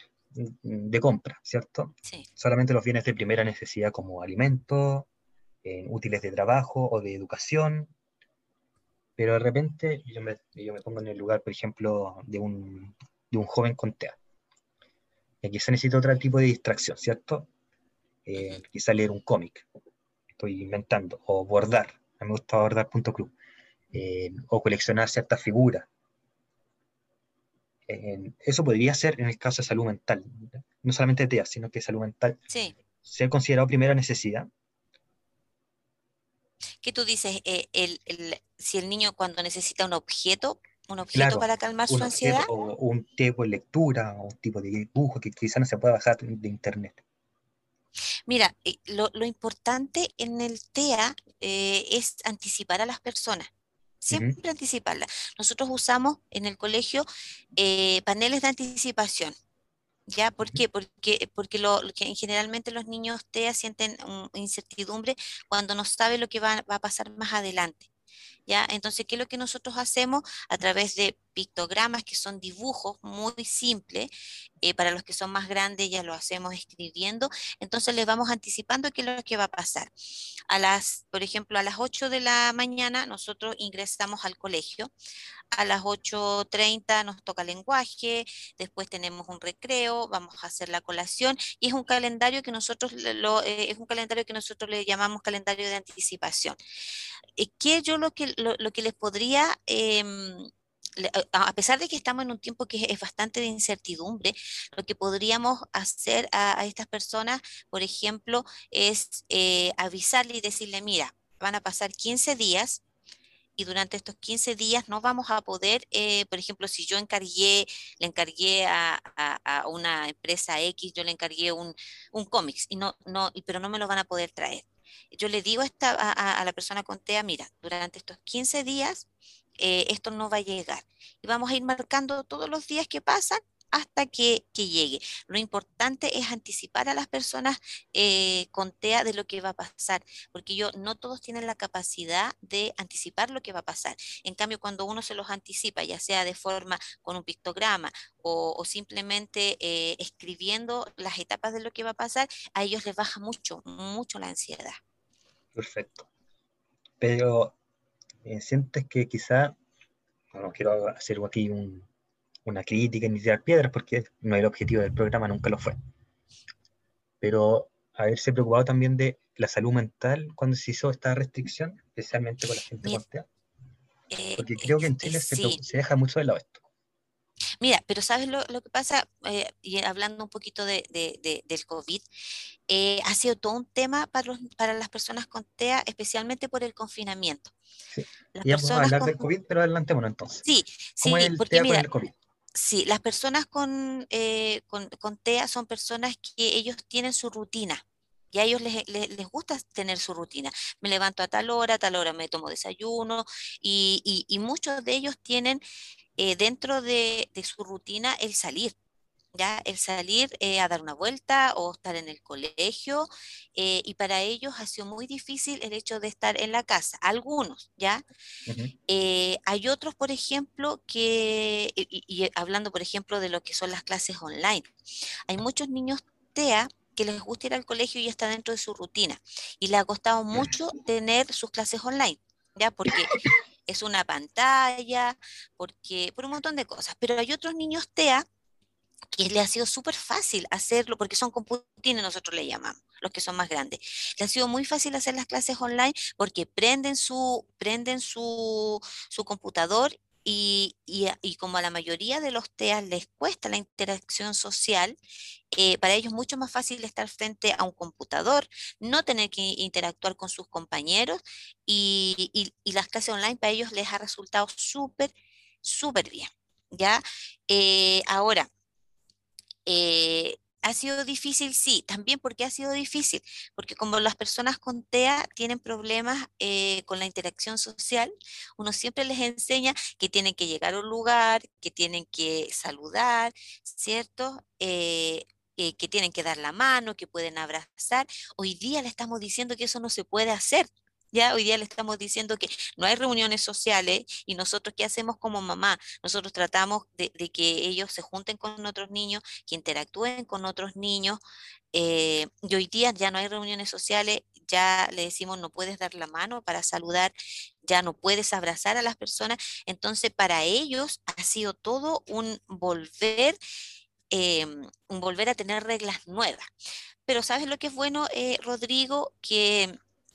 de compra, ¿cierto? sí. Solamente los bienes de primera necesidad como alimentos, eh, útiles de trabajo o de educación, pero de repente yo me, yo me pongo en el lugar, por ejemplo, de un, de un joven con T E A. Y aquí se necesita otro tipo de distracción, ¿cierto? Ujú. Eh, quizá leer un cómic, estoy inventando, o bordar, a mí me gusta bordar punto club, eh, o coleccionar ciertas figuras. Eh, eso podría ser en el caso de salud mental, no solamente de T E A, sino que salud mental Sí. sea considerado primera necesidad. ¿Qué tú dices? Eh, el, el- si el niño cuando necesita un objeto, un objeto Claro, para calmar un su objeto ansiedad. o un tipo de lectura o un tipo de dibujo que quizá no se pueda bajar de internet. Mira, eh, lo, lo importante en el T E A eh, es anticipar a las personas, Ujú, siempre anticiparlas. Nosotros usamos en el colegio eh, paneles de anticipación. ¿Ya? ¿Por ujú. qué? Porque, porque lo, lo que generalmente los niños T E A sienten mm, incertidumbre cuando no saben lo que va, va a pasar más adelante. ¿Ya? Entonces, ¿qué es lo que nosotros hacemos? A través de pictogramas, que son dibujos muy simples, eh, para los que son más grandes ya lo hacemos escribiendo, entonces les vamos anticipando qué es lo que va a pasar. A las, por ejemplo, a las ocho de la mañana nosotros ingresamos al colegio, a las ocho treinta nos toca lenguaje, después tenemos un recreo, vamos a hacer la colación y es un calendario que nosotros le- lo, eh, es un calendario que nosotros le llamamos calendario de anticipación. Eh, ¿Qué yo lo que, lo, lo que les podría... em, le- a a pesar de que estamos en un tiempo que es bastante de incertidumbre, lo que podríamos hacer a, a estas personas, por ejemplo, es eh, avisarle y decirle, mira, van a pasar quince días y durante estos quince días no vamos a poder, eh, por ejemplo, si yo encargué, le encargué a, a- a una empresa X, yo le encargué un, un cómics, y no, no, y- pero no me lo van a poder traer. Yo le digo a, esta, a, a- a la persona con T E A, mira, durante estos quince días eh, esto no va a llegar. Y vamos a ir marcando todos los días que pasan hasta que, que llegue. Lo importante es anticipar a las personas eh, con TEA de lo que va a pasar, porque yo, no todos tienen la capacidad de anticipar lo que va a pasar. En cambio, cuando uno se los anticipa, ya sea de forma con un pictograma o, o simplemente eh, escribiendo las etapas de lo que va a pasar, a ellos les baja mucho, mucho la ansiedad. Perfecto. Pero eh, sientes que quizá, no quiero hacer aquí un, una crítica ni tirar piedras porque no es el objetivo del programa, nunca lo fue. Pero haberse preocupado también de la salud mental cuando se hizo esta restricción, especialmente con la gente Mira, con TEA, eh, porque eh, creo que en eh, Chile se, sí, se deja mucho de lado esto. mira, pero ¿sabes lo, lo que pasa? Eh, y hablando un poquito de, de- de- del COVID, eh, ha sido todo un tema para, los- para las personas con TEA, especialmente por el confinamiento. Sí. Las Íbamos a personas hablar con... del COVID, pero adelantémonos entonces. Sí, ¿Cómo es sí, el porque TEA con mira, el COVID? sí, las personas con, eh, con, con TEA son personas que ellos tienen su rutina. Y a ellos les, les- les gusta tener su rutina. Me levanto a tal hora, a tal hora me tomo desayuno y, y- y muchos de ellos tienen eh, dentro de, de su rutina el salir. ¿Ya? El salir eh, a dar una vuelta o estar en el colegio, eh, y para ellos ha sido muy difícil el hecho de estar en la casa, algunos, ¿ya? Ujú. Eh, hay otros, por ejemplo, que, y, y hablando, por ejemplo, de lo que son las clases online, hay muchos niños TEA que les gusta ir al colegio y está dentro de su rutina, y les ha costado mucho tener sus clases online, ¿ya? Porque es una pantalla, porque, por un montón de cosas, pero hay otros niños TEA que le ha sido súper fácil hacerlo, porque son computines, nosotros le llamamos, los que son más grandes. Le ha sido muy fácil hacer las clases online porque prenden su, prenden su, su computador y, y, a- y como a la mayoría de los TEA les cuesta la interacción social, eh, para ellos es mucho más fácil estar frente a un computador, no tener que interactuar con sus compañeros y, y- y las clases online para ellos les ha resultado súper, súper bien. ¿Ya? Eh, ahora, eh, ¿ha sido difícil? Sí, también porque ha sido difícil, porque como las personas con TEA tienen problemas eh, con la interacción social, uno siempre les enseña que tienen que llegar a un lugar, que tienen que saludar, ¿cierto? Eh, eh, que tienen que dar la mano, que pueden abrazar. Hoy día le estamos diciendo que eso no se puede hacer. Ya hoy día le estamos diciendo que no hay reuniones sociales y nosotros, ¿qué hacemos como mamá? Nosotros tratamos de, de que ellos se junten con otros niños, que interactúen con otros niños. Eh, y hoy día ya no hay reuniones sociales, ya le decimos no puedes dar la mano para saludar, ya no puedes abrazar a las personas. Entonces, para ellos ha sido todo un volver, eh, un volver a tener reglas nuevas. Pero ¿sabes lo que es bueno, eh, Rodrigo? Que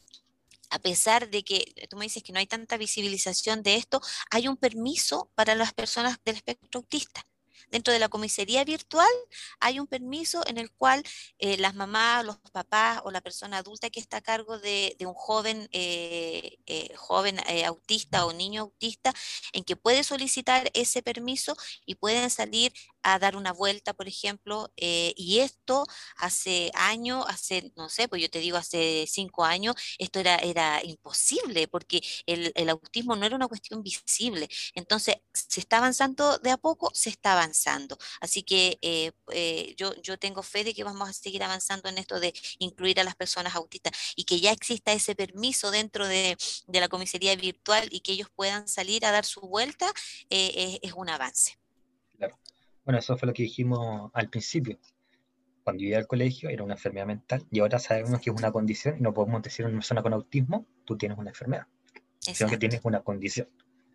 a pesar de que tú me dices que no hay tanta visibilización de esto, hay un permiso para las personas del espectro autista. Dentro de la comisaría virtual hay un permiso en el cual eh, las mamás, los papás o la persona adulta que está a cargo de, de un joven, eh, eh, joven eh, autista o niño autista, en que puede solicitar ese permiso y pueden salir a dar una vuelta, por ejemplo, eh, y esto hace años, hace, no sé, pues yo te digo, hace cinco años, esto era, era imposible porque el, el autismo no era una cuestión visible. Entonces, se está avanzando de a poco, se está avanzando. Así que eh, eh, yo, yo tengo fe de que vamos a seguir avanzando en esto de incluir a las personas autistas y que ya exista ese permiso dentro de, de la comisaría virtual y que ellos puedan salir a dar su vuelta, eh, es, es un avance. Claro. Bueno, eso fue lo que dijimos al principio. Cuando yo iba al colegio era una enfermedad mental y ahora sabemos que es una condición y no podemos decir a una persona con autismo, tú tienes una enfermedad, sino que Exacto, tienes una condición.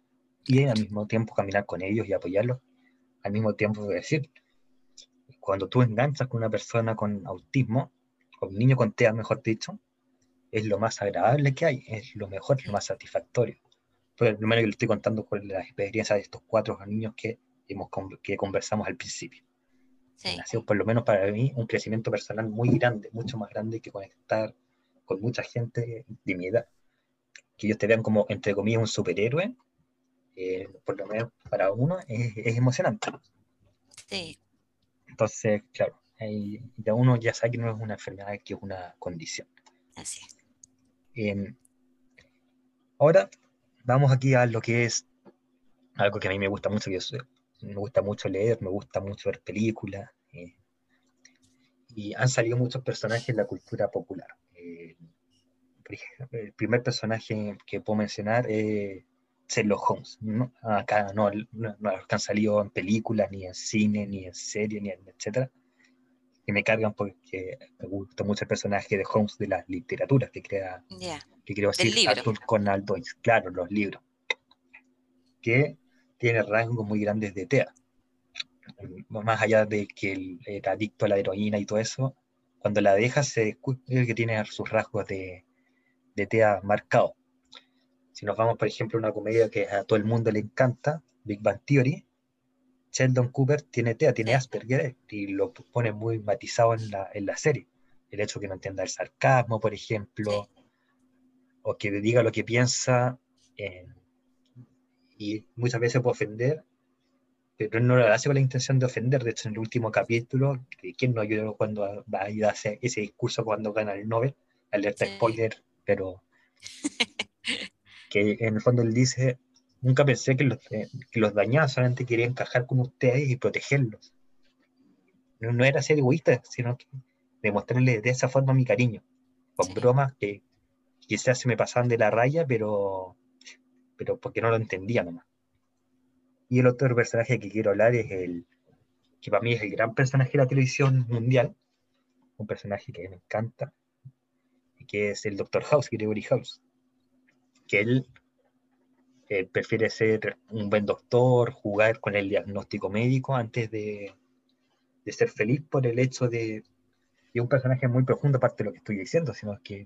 Y al claro. mismo tiempo caminar con ellos y apoyarlos. Al mismo tiempo decir, cuando tú enganchas con una persona con autismo, con un niño con TEA, mejor dicho, es lo más agradable que hay, es lo mejor, lo Sí, más satisfactorio. Pues lo menos que le estoy contando con la experiencia de estos cuatro niños que, hemos, que conversamos al principio. sí, Ha sido por lo menos para mí un crecimiento personal muy grande, mucho más grande que conectar con mucha gente de mi edad. Que ellos te vean como, entre comillas, un superhéroe, eh, por lo menos para uno es, es emocionante. sí, Entonces, claro, ahí ya uno ya sabe que no es una enfermedad, que es una condición. así es. Eh, Ahora vamos aquí a lo que es algo que a mí me gusta mucho, que es me gusta mucho leer, me gusta mucho ver películas, eh, y han salido muchos personajes en la cultura popular. Eh, por ejemplo, el primer personaje que puedo mencionar es Sherlock Holmes. ¿No? Acá no, no, no los que han salido en películas, ni en cine, ni en serie, ni en etcétera, que me cargan porque me gusta mucho el personaje de Holmes de las literaturas que crea, Ya, que quiero del decir, libro. Arthur Conan Doyle, claro, los libros, que tiene rasgos muy grandes de T E A. Más allá de que él era adicto a la heroína y todo eso, cuando la deja se descubre que tiene sus rasgos de, de T E A marcados. Si nos vamos, por ejemplo, a una comedia que a todo el mundo le encanta, Big Bang Theory, Sheldon Cooper tiene T E A, tiene Sí, Asperger, y lo pone muy matizado en la, en la serie. El hecho de que no entienda el sarcasmo, por ejemplo, sí, o que diga lo que piensa, eh, y muchas veces puede ofender, pero él no lo hace con la intención de ofender. De hecho, en el último capítulo, ¿quién no ayudó cuando va a ir a hacer ese discurso cuando gana el Nobel? Alerta sí. spoiler, pero que en el fondo él dice, nunca pensé que los, eh, que los dañaba, solamente quería encajar con ustedes y protegerlos. No, no era ser egoísta, sino que demostrarle de esa forma mi cariño, con Sí. bromas que quizás se me pasaban de la raya, pero, pero porque no lo entendía nomás. Y el otro personaje que quiero hablar es el que para mí es el gran personaje de la televisión mundial, un personaje que me encanta, que es el Doctor House, Gregory House, que él eh, prefiere ser un buen doctor, jugar con el diagnóstico médico antes de, de ser feliz por el hecho de... Y un personaje muy profundo aparte de lo que estoy diciendo, sino que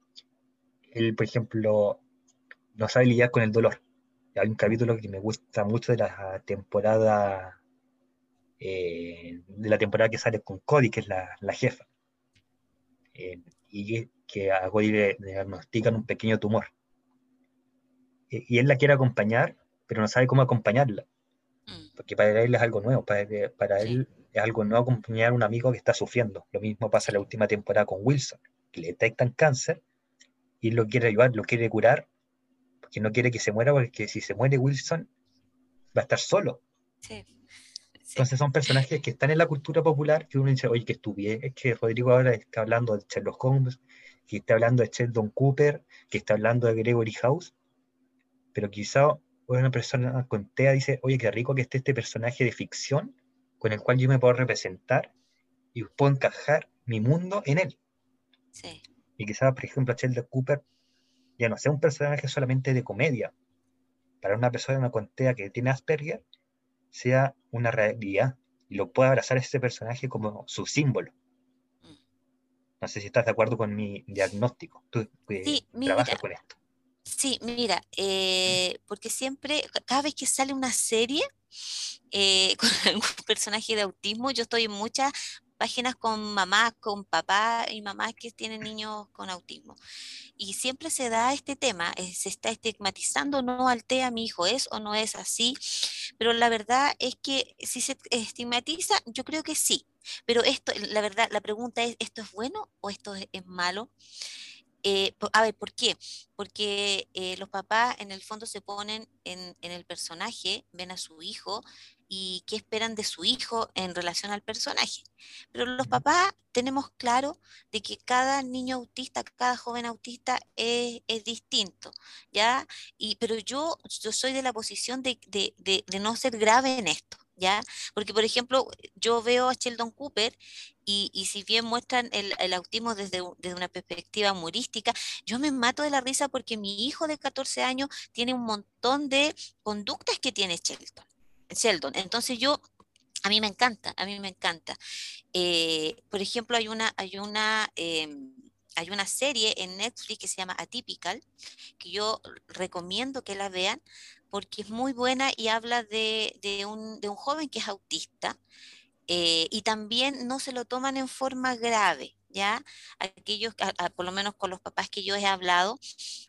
él, por ejemplo, no sabe lidiar con el dolor. Hay un capítulo que me gusta mucho de la temporada, eh, de la temporada que sale con Cody, que es la, la jefa, eh, y que a Cody le, le diagnostican un pequeño tumor. Eh, y él la quiere acompañar, pero no sabe cómo acompañarla, Mm, porque para él es algo nuevo, para él, para sí, él es algo nuevo acompañar a un amigo que está sufriendo. Lo mismo pasa en la sí, última temporada con Wilson, que le detectan cáncer y él lo quiere ayudar, lo quiere curar, porque no quiere que se muera, porque si se muere Wilson va a estar solo. sí, sí. Entonces son personajes que están en la cultura popular que uno dice, oye, que estuviera, es que Rodrigo ahora está hablando de Sherlock Holmes, que está hablando de Sheldon Cooper, que está hablando de Gregory House, pero quizá una persona con T E A dice, oye, qué rico que esté este personaje de ficción con el cual yo me puedo representar y puedo encajar mi mundo en él. Sí. Y quizás, por ejemplo, Sheldon Cooper ya no sea un personaje solamente de comedia. Para una persona con T E A que tiene Asperger, sea una realidad y lo pueda abrazar ese personaje como su símbolo. Mm. No sé si estás de acuerdo con mi diagnóstico. Tú eh, Sí, mira, trabajas con esto. sí, mira, eh, porque siempre, ca- cada vez que sale una serie eh, con algún personaje de autismo, yo estoy en muchas páginas con mamás, con papás y mamás que tienen niños con autismo. Y siempre se da este tema, eh, se está estigmatizando, no al TEA, mi hijo es o no es así, pero la verdad es que si se estigmatiza, yo creo que sí. Pero esto, la verdad, la pregunta es, ¿esto es bueno o esto es, es malo? Eh, po- a ver, ¿por qué? Porque eh, los papás en el fondo se ponen en, en el personaje, ven a su hijo y qué esperan de su hijo en relación al personaje. Pero los papás tenemos claro de que cada niño autista, cada joven autista es, es distinto, ¿ya? Y, pero yo, yo soy de la posición de, de, de, de no ser grave en esto. ¿Ya? Porque, por ejemplo, yo veo a Sheldon Cooper y, y si bien muestran el, el autismo desde, u- desde una perspectiva humorística, yo me mato de la risa porque mi hijo de catorce años tiene un montón de conductas que tiene Sheldon. Sheldon. Entonces yo, a mí me encanta, a mí me encanta. Eh, por ejemplo, hay una, hay una, em, hay una serie en Netflix que se llama Atypical, que yo recomiendo que la vean porque es muy buena y habla de, de un, de un joven que es autista eh, y también no se lo toman en forma grave, ¿ya? Aquellos, a- a- por lo menos con los papás que yo he hablado,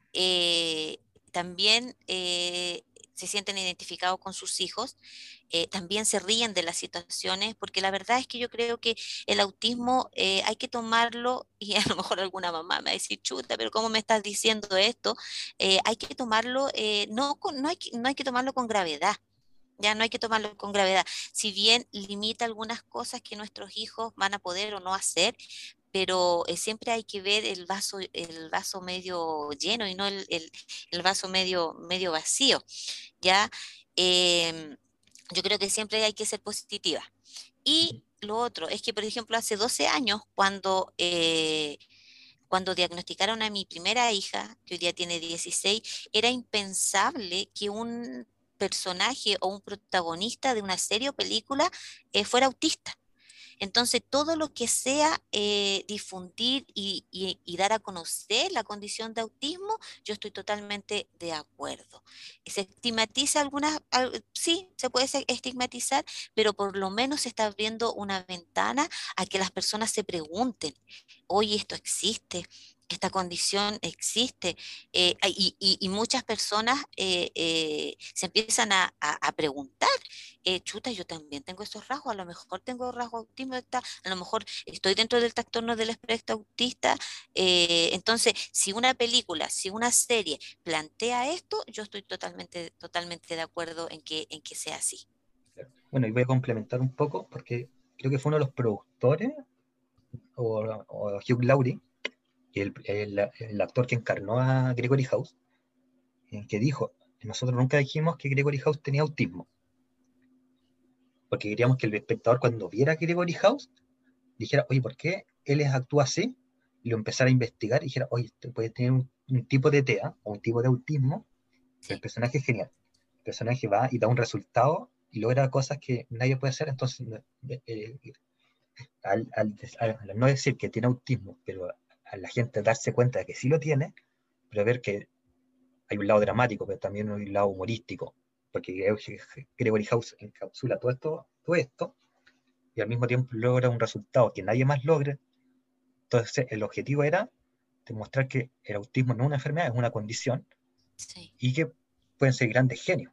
eh, también eh, se sienten identificados con sus hijos, eh, también se ríen de las situaciones, porque la verdad es que yo creo que el autismo eh, hay que tomarlo, y a lo mejor alguna mamá me va a decir, chuta, pero ¿cómo me estás diciendo esto? Eh, hay que tomarlo, eh, no, con- no, hay que, no hay que tomarlo con gravedad. Ya no hay que tomarlo con gravedad. Si bien limita algunas cosas que nuestros hijos van a poder o no hacer, pero eh, siempre hay que ver el vaso, el vaso medio lleno y no el, el- el vaso medio, medio vacío, ¿ya? Em, yo creo que siempre hay que ser positiva. Y lo otro es que, por ejemplo, hace doce años, cuando, eh, cuando diagnosticaron a mi primera hija, que hoy día tiene dieciséis, era impensable que un personaje o un protagonista de una serie o película eh, fuera autista. Entonces, todo lo que sea eh, difundir y, y- y dar a conocer la condición de autismo, yo estoy totalmente de acuerdo. ¿Se estigmatiza algunas? al- Sí, se puede se- estigmatizar, pero por lo menos se está abriendo una ventana a que las personas se pregunten, oye, ¿esto existe? Esta condición existe. Eh, y, y- y muchas personas eh, eh, se empiezan a, a- a preguntar, eh, chuta, yo también tengo esos rasgos, a lo mejor tengo rasgos autistas, a lo mejor estoy dentro del trastorno del espectro autista. Eh, entonces, si una película, si una serie plantea esto, yo estoy totalmente, totalmente de acuerdo en que, en que sea así. Claro. Bueno, y voy a complementar un poco, porque creo que fue uno de los productores, o, o Hugh Laurie, que el, el- el actor que encarnó a Gregory House, en que dijo, nosotros nunca dijimos que Gregory House tenía autismo, porque queríamos que el espectador cuando viera a Gregory House dijera, oye, ¿por qué él es- actúa así? Y lo empezara a investigar y dijera, oye, este puede tener un, un tipo de TEA o un tipo de autismo, pero el Sí, personaje es genial. El personaje va y da un resultado y logra cosas que nadie puede hacer, entonces no- eh, eh, al, al al no decir que tiene autismo, pero a la gente darse cuenta de que sí lo tiene, pero ver que hay un lado dramático, pero también hay un lado humorístico, porque Gregory House encapsula todo esto, todo esto y al mismo tiempo logra un resultado que nadie más logra. Entonces, el objetivo era demostrar que el autismo no es una enfermedad, es una condición sí. y que pueden ser grandes genios.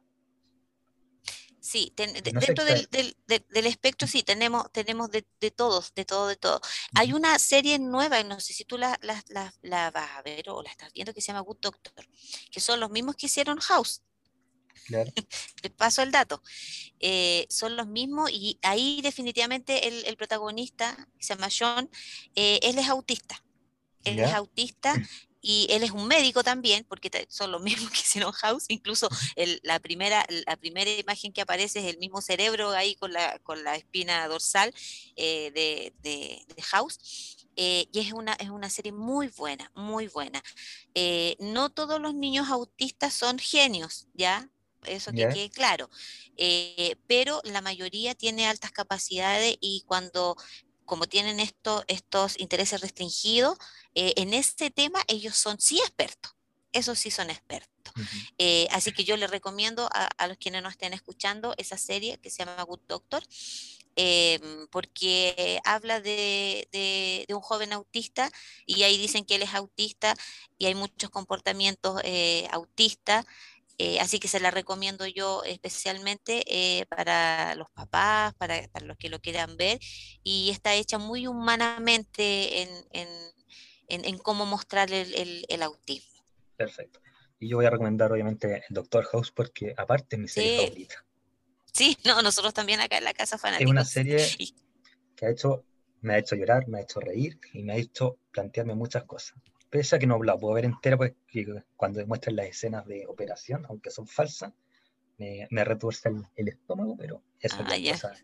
Sí, ten- Y de- no sé, dentro quizás, del, del, del- del espectro sí, tenemos, tenemos de, de todos, de todo, de todo. Hay una serie nueva, y no sé si tú la, la, la, la vas a ver o la estás viendo, que se llama Good Doctor, que son los mismos que hicieron House. claro, Les paso el dato. Eh, son los mismos y ahí definitivamente el, el protagonista, que se llama John, eh, él es autista. Él es ya, autista y él es un médico también, porque ta- son los mismos que hicieron House. Incluso el- la, primera, la primera imagen que aparece es el mismo cerebro ahí con la, con la espina dorsal eh, de, de- de House. Eh, y es una, es una serie muy buena, muy buena. Eh, no todos los niños autistas son genios, ¿ya? Eso que ya, quede claro. Eh, pero la mayoría tiene altas capacidades y cuando, como tienen esto, estos intereses restringidos, eh, en este tema ellos son sí expertos. Esos sí son expertos. ujú, Eh, así que yo les recomiendo a, a los quienes nos estén escuchando esa serie que se llama Good Doctor, eh, porque habla de, de- de un joven autista y ahí dicen que él es autista y hay muchos comportamientos eh, autistas. Eh, así que se la recomiendo yo especialmente eh, para los papás, para, para los que lo quieran ver, y está hecha muy humanamente en, en, en- en cómo mostrar el, el- el autismo. perfecto. Y yo voy a recomendar, obviamente, el Doctor House porque, aparte, es mi serie Sí, favorita. sí, no, nosotros también acá en la casa Es una fanáticos. serie Y, que ha hecho, me ha hecho llorar, me ha hecho reír y me ha hecho plantearme muchas cosas. Pese a que no la puedo ver entera, pues que cuando demuestran las escenas de operación, aunque son falsas, me, me retuerce el, el estómago, pero eso ah, ya es ya, cosa.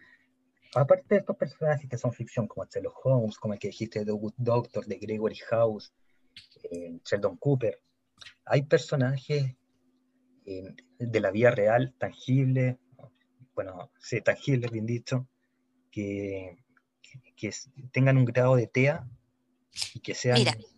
Aparte de estos personajes que son ficción, como Sherlock Holmes, como el que dijiste, The Good Doctor, de Gregory House, eh, Sheldon Cooper, hay personajes eh, de la vida real, tangibles, bueno, sí, tangibles, bien dicho, que, que, que tengan un grado de TEA y que mira, sean.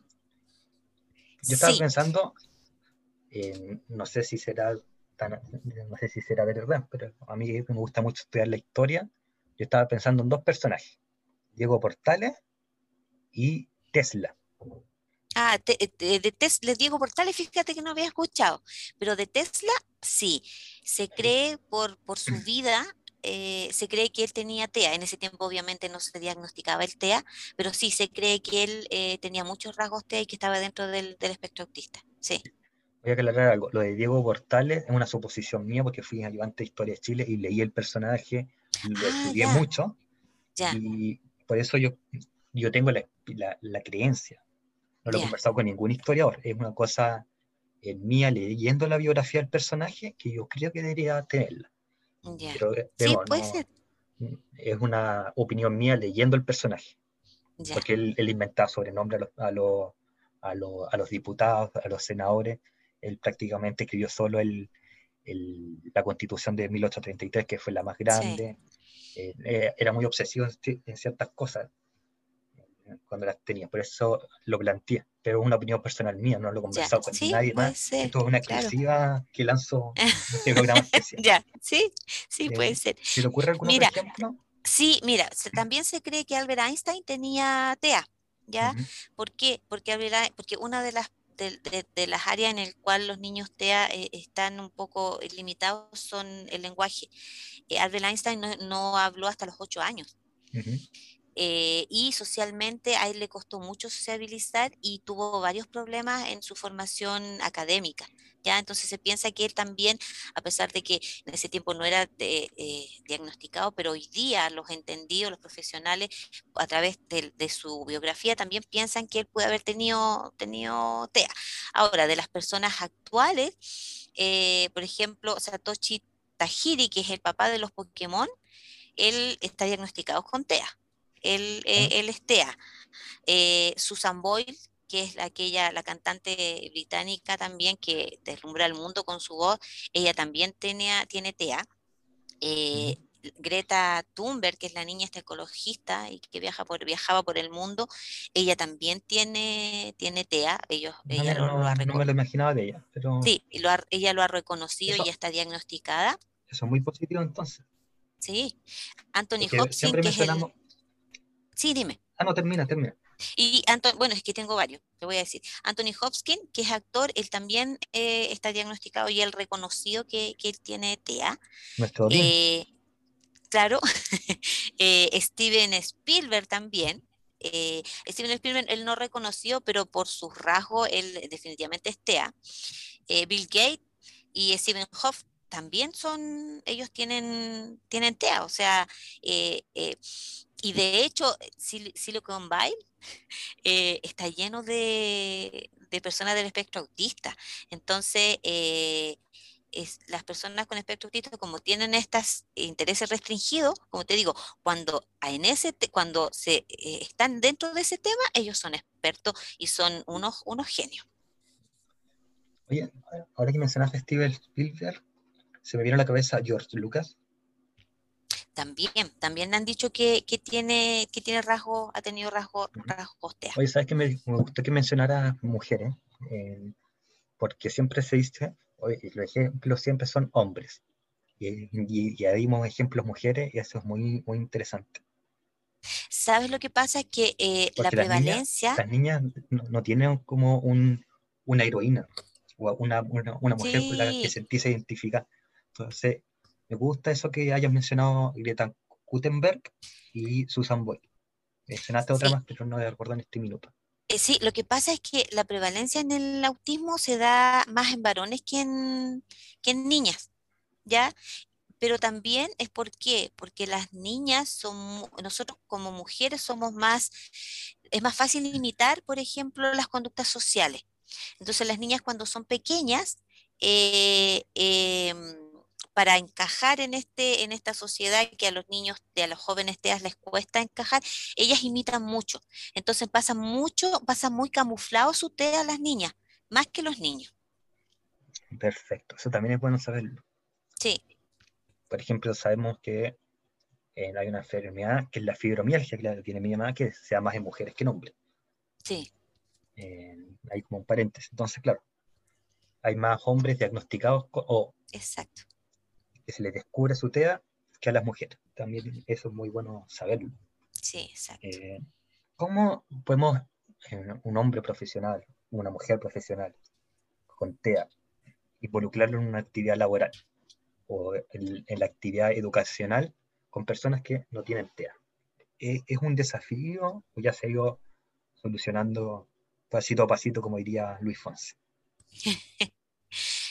Yo estaba sí, pensando, eh, no sé si será tan, no sé si será verdad, pero a mí que me gusta mucho estudiar la historia, yo estaba pensando en dos personajes, Diego Portales y Tesla. ah, te- te- de Tesla, Diego Portales, fíjate que no había escuchado, pero de Tesla sí, se cree por, por su vida, eh, se cree que él tenía TEA. En ese tiempo obviamente no se diagnosticaba el TEA, pero sí se cree que él eh, tenía muchos rasgos TEA y que estaba dentro del, del espectro autista. Sí, Voy a aclarar algo. Lo de Diego Portales es una suposición mía porque fui ayudante de Historia de Chile y leí el personaje, lo Ah, estudié ya, mucho ya, y por eso yo, yo tengo la, la, la creencia. No lo he ya, conversado con ningún historiador. Es una cosa eh, mía leyendo la biografía del personaje que yo creo que debería tenerla. ya. Pero de Sí, nuevo, puede no, ser, es una opinión mía leyendo el personaje. ya, Porque él, él inventaba sobrenombres a los, a, los, a, los, a los diputados, a los senadores. Él prácticamente escribió solo el, el, la constitución de mil ochocientos treinta y tres, que fue la más sí, grande. Eh, eh, era muy obsesivo en, en ciertas cosas eh, cuando las tenía, por eso lo planteé. Pero es una opinión personal mía, no lo he ya, conversado con sí, nadie puede más. ser, Esto es una claro. exclusiva que lanzo en este programa especial. Ya, sí, sí, Eh, puede ser. ¿Se te ocurre algún otro Mira, ejemplo? sí, mira, se- también se cree que Albert Einstein tenía T E A, Uh ¿ya? -huh, ¿Por qué? Porque, Albert Ein- porque una de las, de, de- de las áreas en el cual los niños T E A eh, están un poco limitados son el lenguaje. Eh, Albert Einstein no, no habló hasta los ocho años. uh -huh. Eh, y socialmente a él le costó mucho sociabilizar y tuvo varios problemas en su formación académica. ¿Ya? Entonces se piensa que él también, a pesar de que en ese tiempo no era de, eh, diagnosticado, pero hoy día los entendidos, los profesionales, a través de, de su biografía, también piensan que él puede haber tenido, tenido T E A. Ahora, de las personas actuales, eh, por ejemplo, Satoshi Tajiri, que es el papá de los Pokémon, él está diagnosticado con T E A. Él, eh, ¿Ah? él es T E A. Eh, Susan Boyle, que es la, aquella, la cantante británica también que deslumbra al mundo con su voz, ella también tiene, tiene T E A. Uh -huh. Eh, Greta Thunberg, que es la niña esta ecologista y que viaja por, viajaba por el mundo, ella también tiene, tiene T E A. Ellos, No ella me, lo, lo no, ha no me reco- lo imaginaba de ella, pero sí, lo ha- ella lo ha reconocido y ya eso, está diagnosticada. eso es muy positivo entonces. Sí, Anthony Porque Hopkins, siempre que es el... mencionamos, Sí, dime. ah, no, termina, termina. Y Anton, bueno, es que tengo varios, te voy a decir. Anthony Hopkins, que es actor, él también eh, está diagnosticado y él reconocido que, que él tiene T E A. Nuestro Odín. Eh, claro, eh, Steven Spielberg también. Eh, Steven Spielberg, él no reconoció, pero por sus rasgos, él definitivamente es T E A. Eh, Bill Gates y Stephen Hoff también son, ellos tienen, tienen T E A, o sea, eh, eh, y de hecho, Sil- Silicon Valley eh, está lleno de, de personas del espectro autista. Entonces, eh, es, las personas con espectro autista, como tienen estos intereses restringidos, como te digo, cuando, en ese te- cuando se, eh, están dentro de ese tema, ellos son expertos y son unos, unos genios. Oye, ahora que mencionaste Steven Spielberg, se me vino a la cabeza George Lucas. También, también han dicho que, que tiene, que tiene rasgos, ha tenido rasgos, Ujú. rasgos T E A. Oye, ¿sabes qué? Me, me gustó que mencionara mujeres, eh, porque siempre se dice, oye, y los ejemplos siempre son hombres. Y, y, y ahí vimos ejemplos mujeres y eso es muy, muy interesante. ¿Sabes lo que pasa? Es que eh, la Porque las niñas, prevalencia, las niñas no, no tienen como un, una heroína o una, una, una mujer con la que sí, sentirse identificada. Entonces, me gusta eso que hayas mencionado Greta Gutenberg y Susan Boyle. Mencionaste otra sí, más, pero no me acuerdo en este minuto. Eh, sí, lo que pasa es que la prevalencia en el autismo se da más en varones que en, que en niñas, ¿ya? Pero también es por qué, porque las niñas son, mu- nosotros como mujeres somos más, es más fácil imitar, por ejemplo, las conductas sociales. Entonces las niñas cuando son pequeñas, eh, em, para encajar en, este, en esta sociedad que a los niños, a los jóvenes teas les cuesta encajar, ellas imitan mucho. Entonces pasa mucho, pasa muy camuflado su tea a las niñas, más que los niños. Perfecto, eso también es bueno saberlo. Sí, Por ejemplo, sabemos que eh, hay una enfermedad que es la fibromialgia, que la tiene mi mamá, que se da más en mujeres que en hombres. sí, Eh, hay como un paréntesis. Entonces, claro, hay más hombres diagnosticados co- o exacto. que se les descubre su T E A que a las mujeres. También eso es muy bueno saberlo. Sí, exacto. Eh, ¿Cómo podemos, eh, un hombre profesional, una mujer profesional con T E A, involucrarlo en una actividad laboral o en, en la actividad educacional con personas que no tienen T E A? ¿Es, es un desafío o ya se ha ido solucionando pasito a pasito, como diría Luis Fonsi?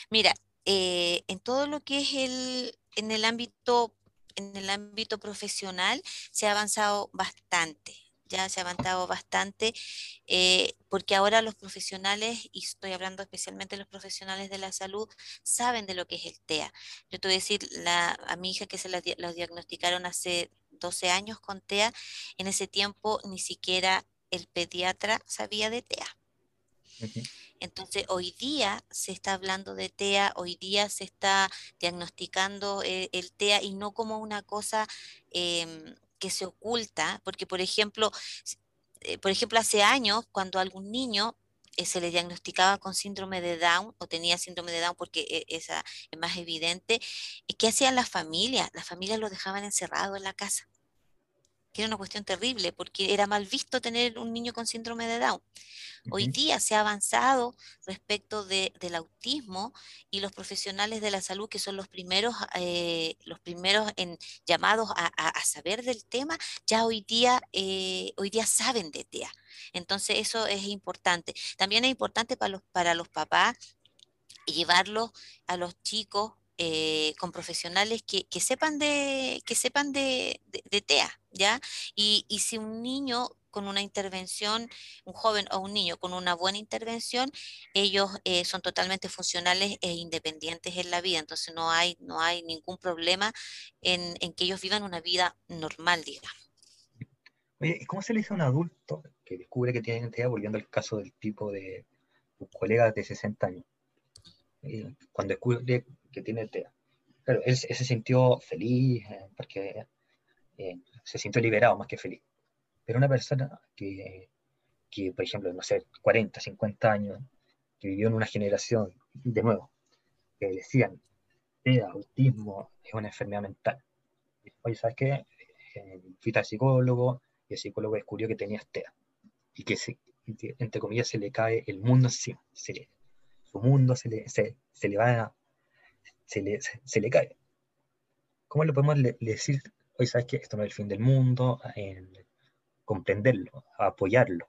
Mira, eh, en todo lo que es el, en el ámbito, en el ámbito profesional se ha avanzado bastante. Ya se ha avanzado bastante, eh, porque ahora los profesionales, y estoy hablando especialmente de los profesionales de la salud, saben de lo que es el T E A. Yo te voy a decir, la, a mi hija que se la, di- la diagnosticaron hace doce años con T E A, en ese tiempo ni siquiera el pediatra sabía de T E A. Ujú. Entonces, hoy día se está hablando de T E A, hoy día se está diagnosticando eh, el T E A y no como una cosa em, que se oculta, porque, por ejemplo, s- eh, por ejemplo, hace años, cuando a algún niño eh, se le diagnosticaba con síndrome de Down o tenía síndrome de Down, porque eh, esa es más evidente, eh, ¿qué hacían las familias? Las familias lo dejaban encerrado en la casa, que era una cuestión terrible, porque era mal visto tener un niño con síndrome de Down. Hoy Ujú. día se ha avanzado respecto de, del autismo y los profesionales de la salud, que son los primeros, eh, los primeros en, llamados a, a- a saber del tema, ya hoy día, eh, hoy día saben de T E A. Entonces eso es importante. También es importante para los, para los papás y llevarlos a los chicos eh, con profesionales que, que sepan de, que sepan de, de- de T E A, ¿ya? Y, y si un niño con una intervención, un joven o un niño con una buena intervención, ellos eh, son totalmente funcionales e independientes en la vida, entonces no hay, no hay ningún problema en, en que ellos vivan una vida normal, digamos. Oye, ¿y cómo se le dice a un adulto que descubre que tiene T E A, volviendo al caso del tipo de tus colegas de sesenta años? Eh, cuando descubre que tiene T E A. Claro, él, se él se sintió feliz, eh, porque eh, se sintió liberado más que feliz. Pero una persona que, que, por ejemplo, no sé, cuarenta, cincuenta años, que vivió en una generación, de nuevo, que decían, T E A, autismo, es una enfermedad mental. Oye, ¿sabes qué? Eh, fui al psicólogo y el psicólogo descubrió que tenías T E A. Y que, se, que, entre comillas, se le cae el mundo encima. Se le- su mundo se le, se, se le va a, se le, se, se le cae. ¿Cómo le podemos le- le decir, oye, sabes que esto no es el fin del mundo, en comprenderlo, apoyarlo?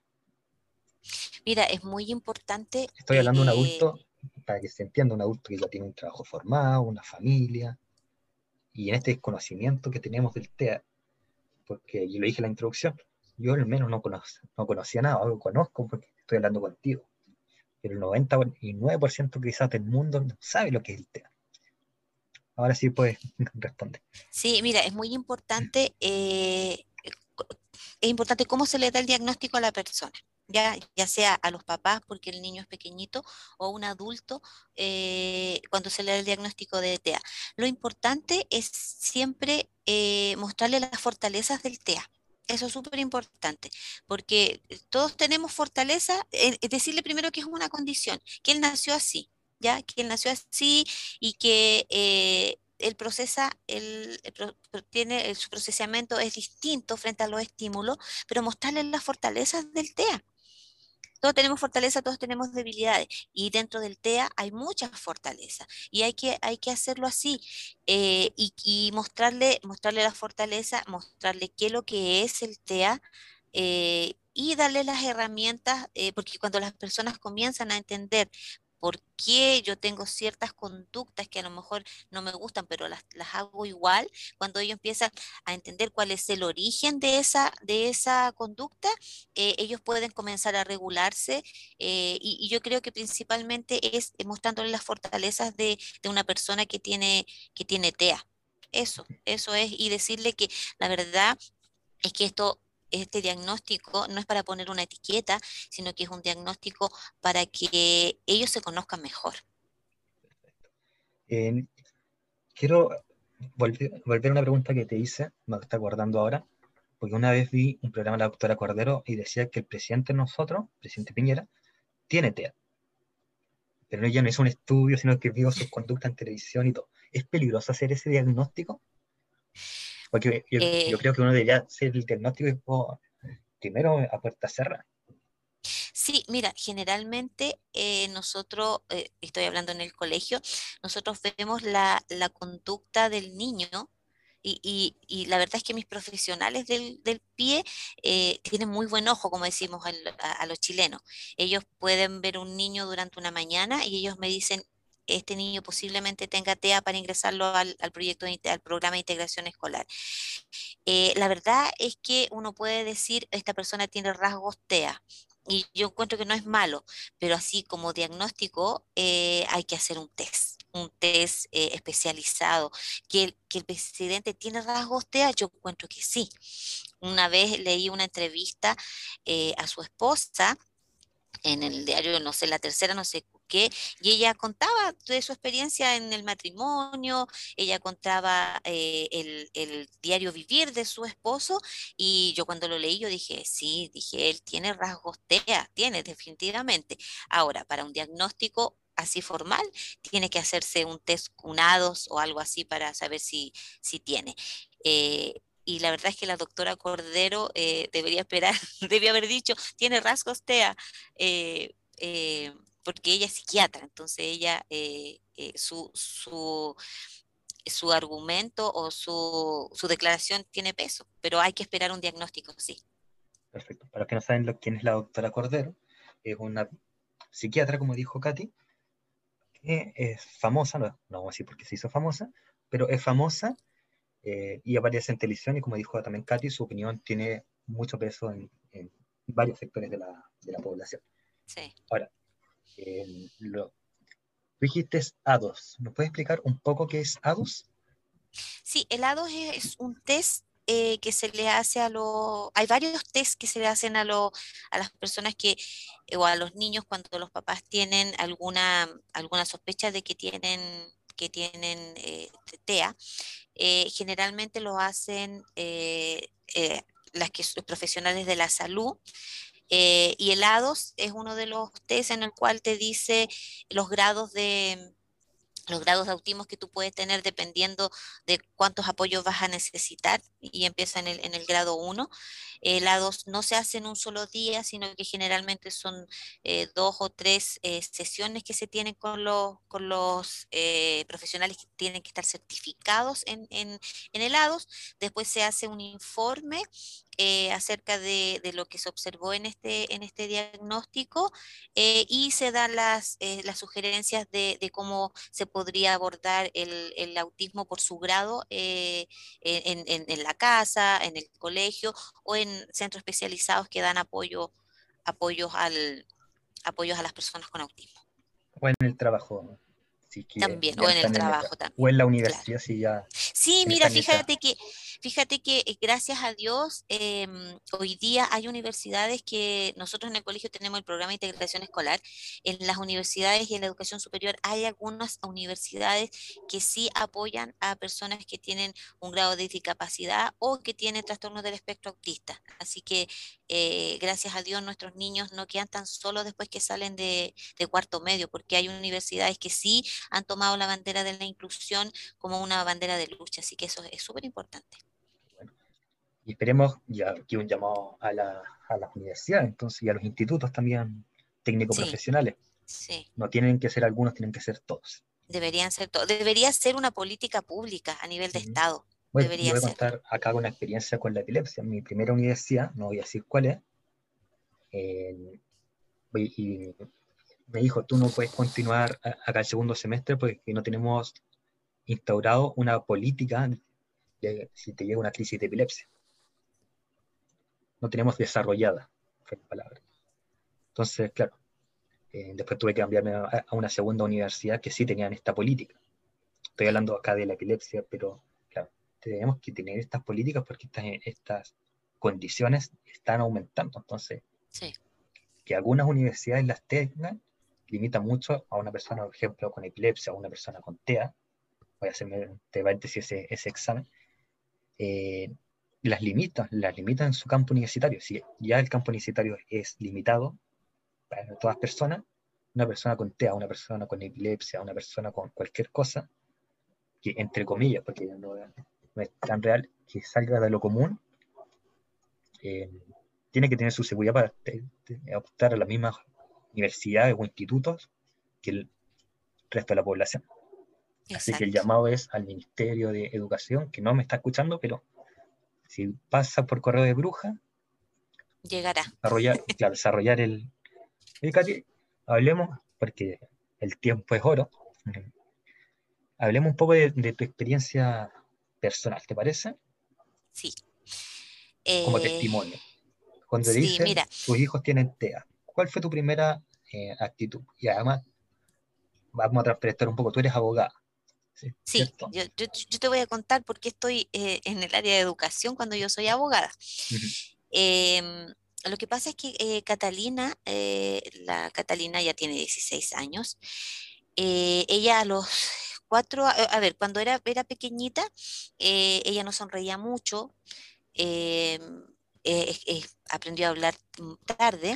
Mira, es muy importante, Estoy hablando de un eh, adulto, para que se entienda, un adulto que ya tiene un trabajo formado, una familia, y en este desconocimiento que tenemos del T E A, porque yo lo dije en la introducción, yo al menos no, conoc- no conocía nada, ahora lo conozco porque estoy hablando contigo, pero el noventa y nueve por ciento quizás del mundo no sabe lo que es el T E A. Ahora sí puedes responder. sí, mira, es muy importante, eh, co- es importante cómo se le da el diagnóstico a la persona, ya, ya sea a los papás porque el niño es pequeñito o a un adulto eh, cuando se le da el diagnóstico de T E A. Lo importante es siempre eh, mostrarle las fortalezas del T E A. Eso es súper importante, porque todos tenemos fortaleza, eh, es decirle primero que es una condición, que él nació así, ya, que él nació así y que eh, él procesa, el, el pro- pro- tiene, el- su procesamiento es distinto frente a los estímulos, pero mostrarle las fortalezas del T E A. Todos tenemos fortaleza, todos tenemos debilidades y dentro del T E A hay muchas fortalezas y hay que, hay que hacerlo así eh, y, y mostrarle, mostrarle la fortaleza, mostrarle qué es lo que es el T E A eh, y darle las herramientas, eh, porque cuando las personas comienzan a entender por qué yo tengo ciertas conductas que a lo mejor no me gustan, pero las, las hago igual, cuando ellos empiezan a entender cuál es el origen de esa, de esa conducta, eh, ellos pueden comenzar a regularse eh, y, y, yo creo que principalmente es eh, mostrándole las fortalezas de, de una persona que tiene, que tiene T E A. Eso, eso es, y decirle que la verdad es que esto, este diagnóstico no es para poner una etiqueta, sino que es un diagnóstico para que ellos se conozcan mejor. Eh, quiero volver, volver a una pregunta que te hice, me está acordando ahora, porque una vez vi un programa de la doctora Cordero y decía que el presidente de nosotros, presidente Piñera, tiene T E A, pero ella no hizo un estudio, sino que vio sus conductas en televisión y todo. ¿Es peligroso hacer ese diagnóstico? Porque yo, Eh, yo creo que uno debería hacer el diagnóstico primero a puerta cerrada. Sí, mira, generalmente eh, nosotros, eh, estoy hablando en el colegio, nosotros vemos la, la conducta del niño y, y- y la verdad es que mis profesionales del, del pie eh, tienen muy buen ojo, como decimos al- a, a los chilenos. Ellos pueden ver un niño durante una mañana y ellos me dicen, este niño posiblemente tenga T E A para ingresarlo al, al proyecto de, al programa de integración escolar. Eh, la verdad es que uno puede decir, esta persona tiene rasgos T E A. Y yo encuentro que no es malo, pero así como diagnóstico eh, hay que hacer un test, un test eh, especializado. ¿Que el, que el presidente tiene rasgos T E A? Yo encuentro que sí. Una vez leí una entrevista eh, a su esposa en el diario, no sé, la tercera, no sé qué, y ella contaba de su experiencia en el matrimonio, ella contaba eh, el, el diario vivir de su esposo, y yo cuando lo leí, yo dije, sí, dije, él tiene rasgos T E A, tiene definitivamente. Ahora, para un diagnóstico así formal, tiene que hacerse un test cunados o algo así para saber si, si tiene. Eh, y la verdad es que la doctora Cordero eh, debería esperar, debió haber dicho, tiene rasgos T E A, eh, eh, porque ella es psiquiatra, entonces ella, eh, eh, su, su, su argumento o su, su declaración tiene peso, pero hay que esperar un diagnóstico, sí. Perfecto. Para los que no saben lo, quién es la doctora Cordero, es una psiquiatra, como dijo Katy, que es famosa, no, no vamos a decir porque se hizo famosa, pero es famosa eh, y aparece en televisión y como dijo también Katy, su opinión tiene mucho peso en, en varios sectores de la, de la población. Sí. Ahora, eh, lo, tú dijiste A D O S. ¿Nos puedes explicar un poco qué es A D O S? Sí, el A D O S es un test eh, que se le hace a los, hay varios test que se le hacen a, lo, a las personas que, eh, o a los niños cuando los papás tienen alguna, alguna sospecha de que tienen, que tienen eh, T E A. Eh, generalmente lo hacen eh, eh, las que son profesionales de la salud. Eh, y el A D O S es uno de los test en el cual te dice los grados de, los grados de autismo que tú puedes tener dependiendo de cuántos apoyos vas a necesitar, y empieza en el, en el grado uno. El A D O S no se hace en un solo día, sino que generalmente son eh, dos o tres eh, sesiones que se tienen con los, con los eh, profesionales que tienen que estar certificados en, en, en el A D O S. Después se hace un informe eh, acerca de, de, lo que se observó en este, en este diagnóstico, eh, y se dan las, eh, las sugerencias de, de, cómo se podría abordar el, el autismo por su grado eh, en, en, en, la casa, en el colegio o en centros especializados que dan apoyo, apoyos, al, apoyos a las personas con autismo. O en el trabajo, si que También, ya o no en el están en esa, trabajo o también, en la claro. universidad, si ya Sí, no mira, están en esa. fíjate que, fíjate que eh, gracias a Dios, eh, hoy día hay universidades que nosotros en el colegio tenemos el programa de integración escolar. En las universidades y en la educación superior hay algunas universidades que sí apoyan a personas que tienen un grado de discapacidad o que tienen trastornos del espectro autista. Así que eh, gracias a Dios nuestros niños no quedan tan solos después que salen de, de cuarto medio, porque hay universidades que sí han tomado la bandera de la inclusión como una bandera de lucha, así que eso es súper importante. Bueno, y esperemos, ya aquí un llamado a, la, a las universidades, entonces, y a los institutos también Sí, técnico-profesionales. sí, No tienen que ser algunos, tienen que ser todos. deberían ser todo, debería ser una política pública a nivel de Uh -huh. Estado, Bueno, yo debería voy a ser. contar acá una experiencia con la epilepsia. Mi primera universidad, no voy a decir cuál es, eh, y me dijo, tú no puedes continuar acá el segundo semestre porque no tenemos instaurado una política de, si te llega una crisis de epilepsia. No tenemos desarrollada, fue la palabra. Entonces, claro, eh, después tuve que cambiarme a, a una segunda universidad que sí tenían esta política. Estoy hablando acá de la epilepsia, pero claro, tenemos que tener estas políticas porque estas, estas condiciones están aumentando. Entonces, Sí, que algunas universidades las tengan limita mucho a una persona, por ejemplo, con epilepsia o una persona con T E A. Voy a hacerme de paréntesis ese, ese examen. Eh, las limita, las limita en su campo universitario. Si ya el campo universitario es limitado para todas personas, una persona con T E A, una persona con epilepsia, una persona con cualquier cosa, que entre comillas, porque no, no es tan real, que salga de lo común, eh, tiene que tener su seguridad para te, te, optar a las mismas universidades o institutos que el resto de la población. Así que el exacto. llamado es al Ministerio de Educación, que no me está escuchando, pero si pasa por correo de bruja, Llegará. desarrollar, claro, desarrollar el... Oye, Katy, hablemos, porque el tiempo es oro, Mm. Hablemos un poco de, de tu experiencia personal, ¿te parece? Sí. Como Eh, testimonio. Cuando sí, dicen, mira, tus hijos tienen T E A, ¿cuál fue tu primera eh, actitud? Y además, vamos a transparentar un poco, tú eres abogada, ¿sí? sí, ¿Cierto? yo, yo, yo te voy a contar por qué estoy eh, en el área de educación cuando yo soy abogada. Ujú. Em, lo que pasa es que eh, Catalina, eh, la Catalina ya tiene dieciséis años. Eh, ella a los cuatro, a, a ver, cuando era, era pequeñita, eh, ella no sonreía mucho, em, eh, eh, aprendió a hablar mm, tarde,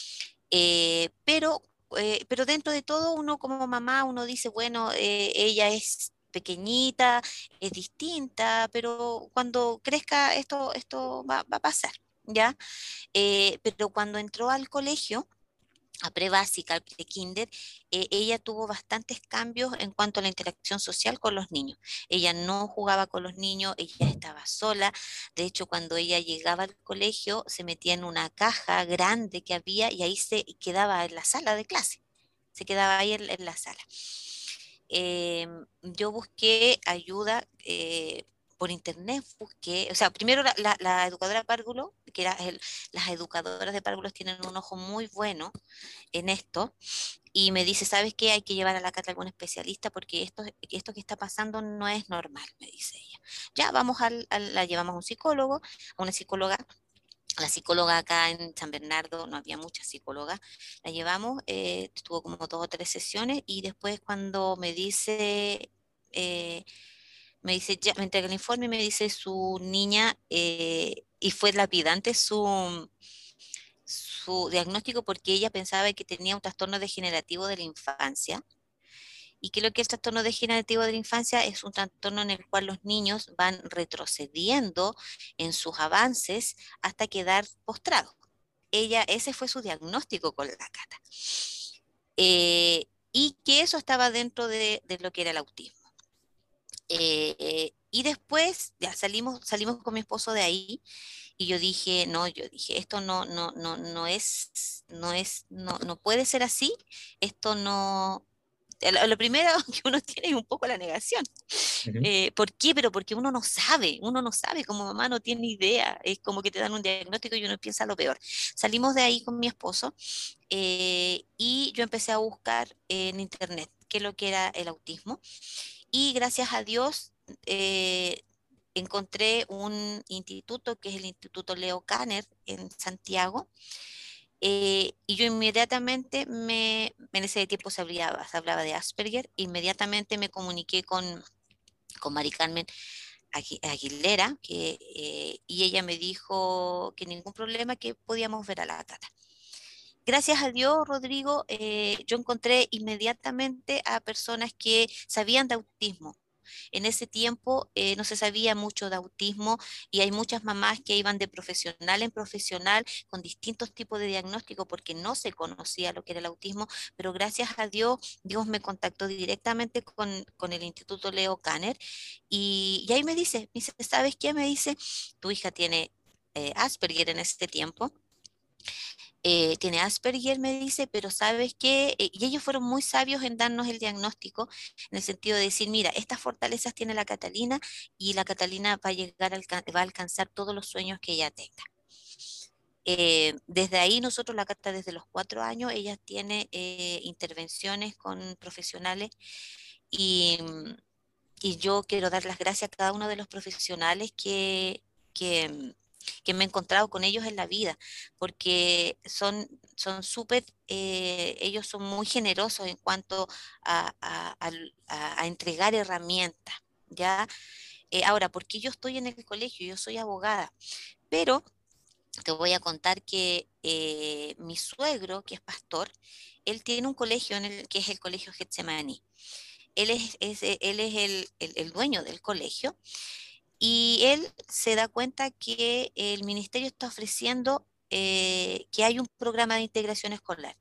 eh, pero, eh, pero dentro de todo uno como mamá, uno dice, bueno, eh, ella es pequeñita, es distinta, pero cuando crezca esto, esto va, va a pasar, ¿ya? Eh, pero cuando entró al colegio, a pre-básica, al pre-kinder, eh, ella tuvo bastantes cambios en cuanto a la interacción social con los niños. Ella no jugaba con los niños, ella estaba sola. De hecho, cuando ella llegaba al colegio, se metía en una caja grande que había y ahí se quedaba en la sala de clase. Se quedaba ahí en, en la sala. Eh, yo busqué ayuda eh, por internet, busqué, o sea, primero la, la, la educadora Párvulo, que era el, las educadoras de párvulos tienen un ojo muy bueno en esto, y me dice, ¿sabes qué? Hay que llevar a la Cata a algún especialista porque esto, esto que está pasando no es normal, me dice ella. Ya, vamos al, al- la llevamos a un psicólogo, a una psicóloga. La psicóloga acá en San Bernardo, no había muchas psicólogas, la llevamos, eh, estuvo como dos o tres sesiones y después cuando me dice, eh, me dice, ya, me entrega el informe y me dice su niña, eh, y fue lapidante su, su diagnóstico porque ella pensaba que tenía un trastorno degenerativo de la infancia. Y creo que el trastorno degenerativo de la infancia es un trastorno en el cual los niños van retrocediendo en sus avances hasta quedar postrados. Ella, ese fue su diagnóstico con la Cata. Eh, y que eso estaba dentro de, de lo que era el autismo. Eh, y después ya salimos, salimos con mi esposo de ahí y yo dije, no, yo dije, esto no, no, no, no es, no es, no, no puede ser así, esto no, lo, lo primero que uno tiene es un poco la negación. Ujú. Eh, ¿por qué? Pero porque uno no sabe, uno no sabe, como mamá no tiene idea, es como que te dan un diagnóstico y uno piensa lo peor. Salimos de ahí con mi esposo eh, y yo empecé a buscar en internet qué es lo que era el autismo y gracias a Dios eh, encontré un instituto que es el Instituto Leo Kanner en Santiago. Eh, y yo inmediatamente me, en ese tiempo se hablaba, se hablaba de Asperger, inmediatamente me comuniqué con, con Mari Carmen Aguilera, que, eh, y ella me dijo que ningún problema, que podíamos ver a la Cata. Gracias a Dios, Rodrigo, eh, yo encontré inmediatamente a personas que sabían de autismo. En ese tiempo eh, no se sabía mucho de autismo y hay muchas mamás que iban de profesional en profesional con distintos tipos de diagnóstico porque no se conocía lo que era el autismo, pero gracias a Dios, Dios me contactó directamente con, con el Instituto Leo Kanner y, y ahí me dice, me dice, ¿sabes qué? Me dice, tu hija tiene eh, Asperger en este tiempo, eh, tiene Asperger, me dice, pero ¿sabes qué? Eh, y ellos fueron muy sabios en darnos el diagnóstico, en el sentido de decir, mira, estas fortalezas tiene la Catalina y la Catalina va a llegar, a alca- va a alcanzar todos los sueños que ella tenga. Eh, desde ahí nosotros, la Cata desde los cuatro años, ella tiene eh, intervenciones con profesionales y, mm, y yo quiero dar las gracias a cada uno de los profesionales que, que, mm, que me he encontrado con ellos en la vida, porque son son súper, eh, ellos son muy generosos en cuanto a, a- al- a- a entregar herramientas, ¿ya? Eh, ahora, porque yo estoy en el colegio, yo soy abogada, pero te voy a contar que eh, mi suegro, que es pastor, él tiene un colegio en el que es el Colegio Getsemaní. Él es, es- él es el, el- el dueño del colegio y él se da cuenta que el ministerio está ofreciendo eh, que hay un programa de integración escolar.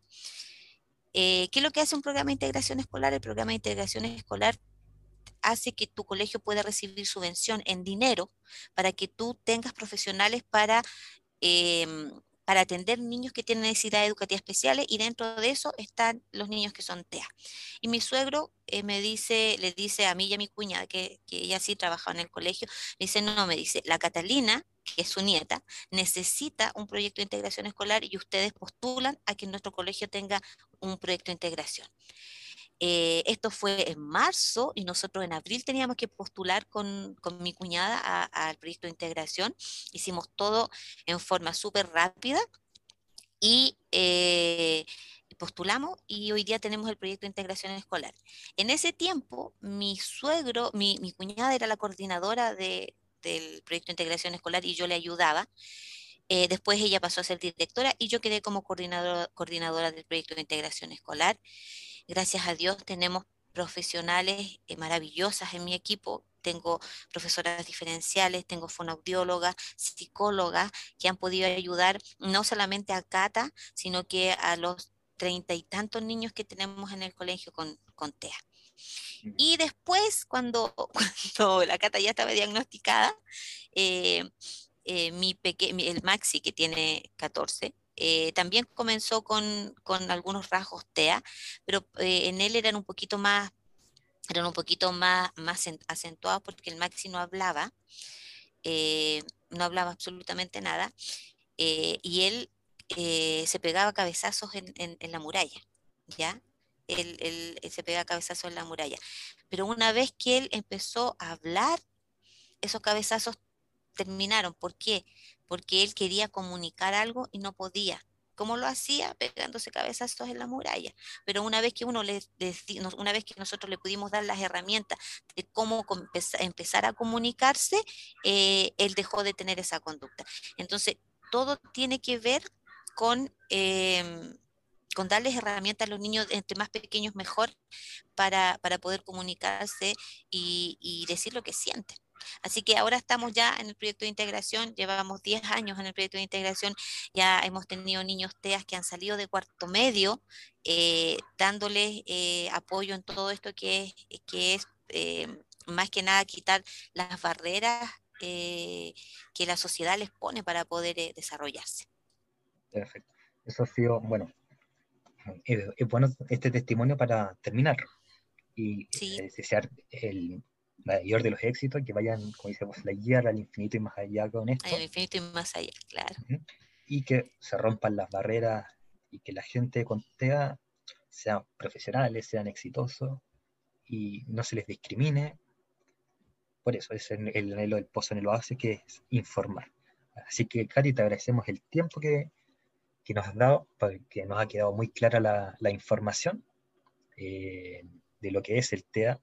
Eh, ¿qué es lo que hace un programa de integración escolar? El programa de integración escolar hace que tu colegio pueda recibir subvención en dinero para que tú tengas profesionales para, eh, para atender niños que tienen necesidades educativas especiales, y dentro de eso están los niños que son TEA. Y mi suegro eh, me dice, le dice a mí y a mi cuñada, que, que ella sí trabajaba en el colegio, dice, no, me dice, la Catalina, que es su nieta, necesita un proyecto de integración escolar y ustedes postulan a que nuestro colegio tenga un proyecto de integración. Eh, esto fue en marzo y nosotros en abril teníamos que postular con, con mi cuñada al proyecto de integración. Hicimos todo en forma súper rápida y eh, postulamos, y hoy día tenemos el proyecto de integración escolar. En ese tiempo, mi suegro, mi, mi cuñada era la coordinadora de, del proyecto de integración escolar y yo le ayudaba. Eh, después ella pasó a ser directora y yo quedé como coordinadora, coordinadora del proyecto de integración escolar. Gracias a Dios tenemos profesionales eh, maravillosas en mi equipo. Tengo profesoras diferenciales, tengo fonoaudiólogas, psicólogas que han podido ayudar no solamente a Cata, sino que a los treinta y tantos niños que tenemos en el colegio con, con TEA. Y después, cuando, cuando la Cata ya estaba diagnosticada, eh, eh, mi peque mi, el Maxi, que tiene catorce, eh, también comenzó con, con algunos rasgos TEA, pero eh, en él eran un poquito más, eran un poquito más, más acentuados, porque el Maxi no hablaba, eh, no hablaba absolutamente nada, eh, y él eh, se pegaba cabezazos en, en, en la muralla, ¿ya? Él, él, él se pegaba cabezazos en la muralla. Pero una vez que él empezó a hablar, esos cabezazos terminaron. ¿Por qué? Porque él quería comunicar algo y no podía. ¿Cómo lo hacía? Pegándose cabezazos en la muralla. Pero una vez que uno le, una vez que nosotros le pudimos dar las herramientas de cómo empezar a comunicarse, eh, él dejó de tener esa conducta. Entonces, todo tiene que ver con, eh, con darles herramientas a los niños, entre más pequeños mejor, para, para poder comunicarse y, y decir lo que sienten. Así que ahora estamos ya en el proyecto de integración, llevamos diez años en el proyecto de integración, ya hemos tenido niños TEAS que han salido de cuarto medio, eh, dándoles eh, apoyo en todo esto que es, que es eh, más que nada quitar las barreras eh, que la sociedad les pone para poder eh, desarrollarse. Perfecto. Eso ha sido, bueno, es, es bueno este testimonio para terminar y Sí, eh, desear el mayor de los éxitos, que vayan, como decíamos, la guía al infinito y más allá con en el esto, infinito y más allá, claro. uh-huh, y que se rompan las barreras y que la gente con TEA sean profesionales, sean exitosos y no se les discrimine. Por eso es el, el anhelo del Pozo en el Oasis, que es informar. Así que, Cari, te agradecemos el tiempo que, que nos has dado, porque nos ha quedado muy clara la, la información eh, de lo que es el TEA,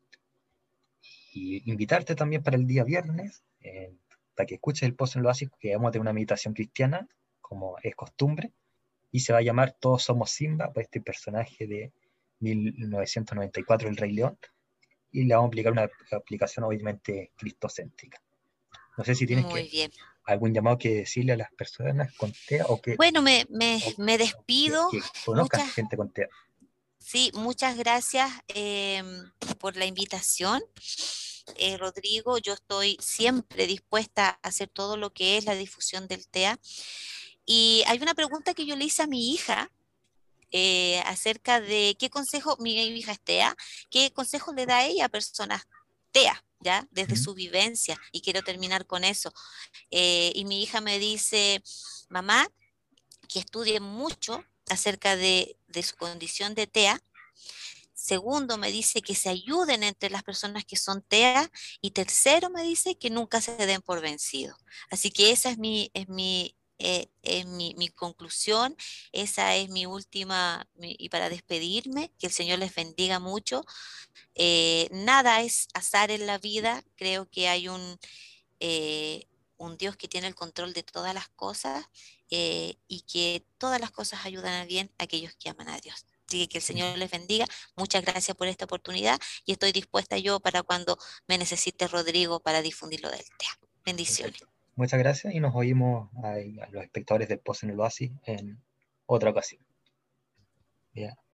y invitarte también para el día viernes, eh, para que escuches el Pozo en el Oasis, que vamos a tener una meditación cristiana, como es costumbre, y se va a llamar Todos somos Simba, por este personaje de mil novecientos noventa y cuatro, El Rey León, y le vamos a aplicar una aplicación obviamente cristocéntrica. No sé si tienes que, Muy bien. algún llamado que decirle a las personas con TEA, o que, Bueno, me, me, o, me o que, despido. que conozcan Muchas, gente con TEA. sí, muchas gracias eh, por la invitación. Eh, Rodrigo, yo estoy siempre dispuesta a hacer todo lo que es la difusión del TEA. Y hay una pregunta que yo le hice a mi hija eh, acerca de qué consejo, mi hija es TEA, qué consejo le da ella a personas TEA, ¿ya? Desde ¿Mm? su vivencia, y quiero terminar con eso. Eh, y mi hija me dice, mamá, que estudie mucho acerca de, de su condición de TEA. Segundo, me dice que se ayuden entre las personas que son TEA. Y tercero, me dice que nunca se den por vencidos. Así que esa es mi, es mi, eh, es mi, mi conclusión, esa es mi última, mi, y para despedirme, que el Señor les bendiga mucho. Eh, nada es azar en la vida, creo que hay un, eh, un Dios que tiene el control de todas las cosas, eh, y que todas las cosas ayudan a bien a aquellos que aman a Dios. Así que que el Señor les bendiga. Muchas gracias por esta oportunidad y estoy dispuesta yo para cuando me necesite Rodrigo para difundir lo del TEA. Bendiciones. Perfecto. Muchas gracias y nos oímos a, a los espectadores del Pozo en el Oasis en otra ocasión. Ya.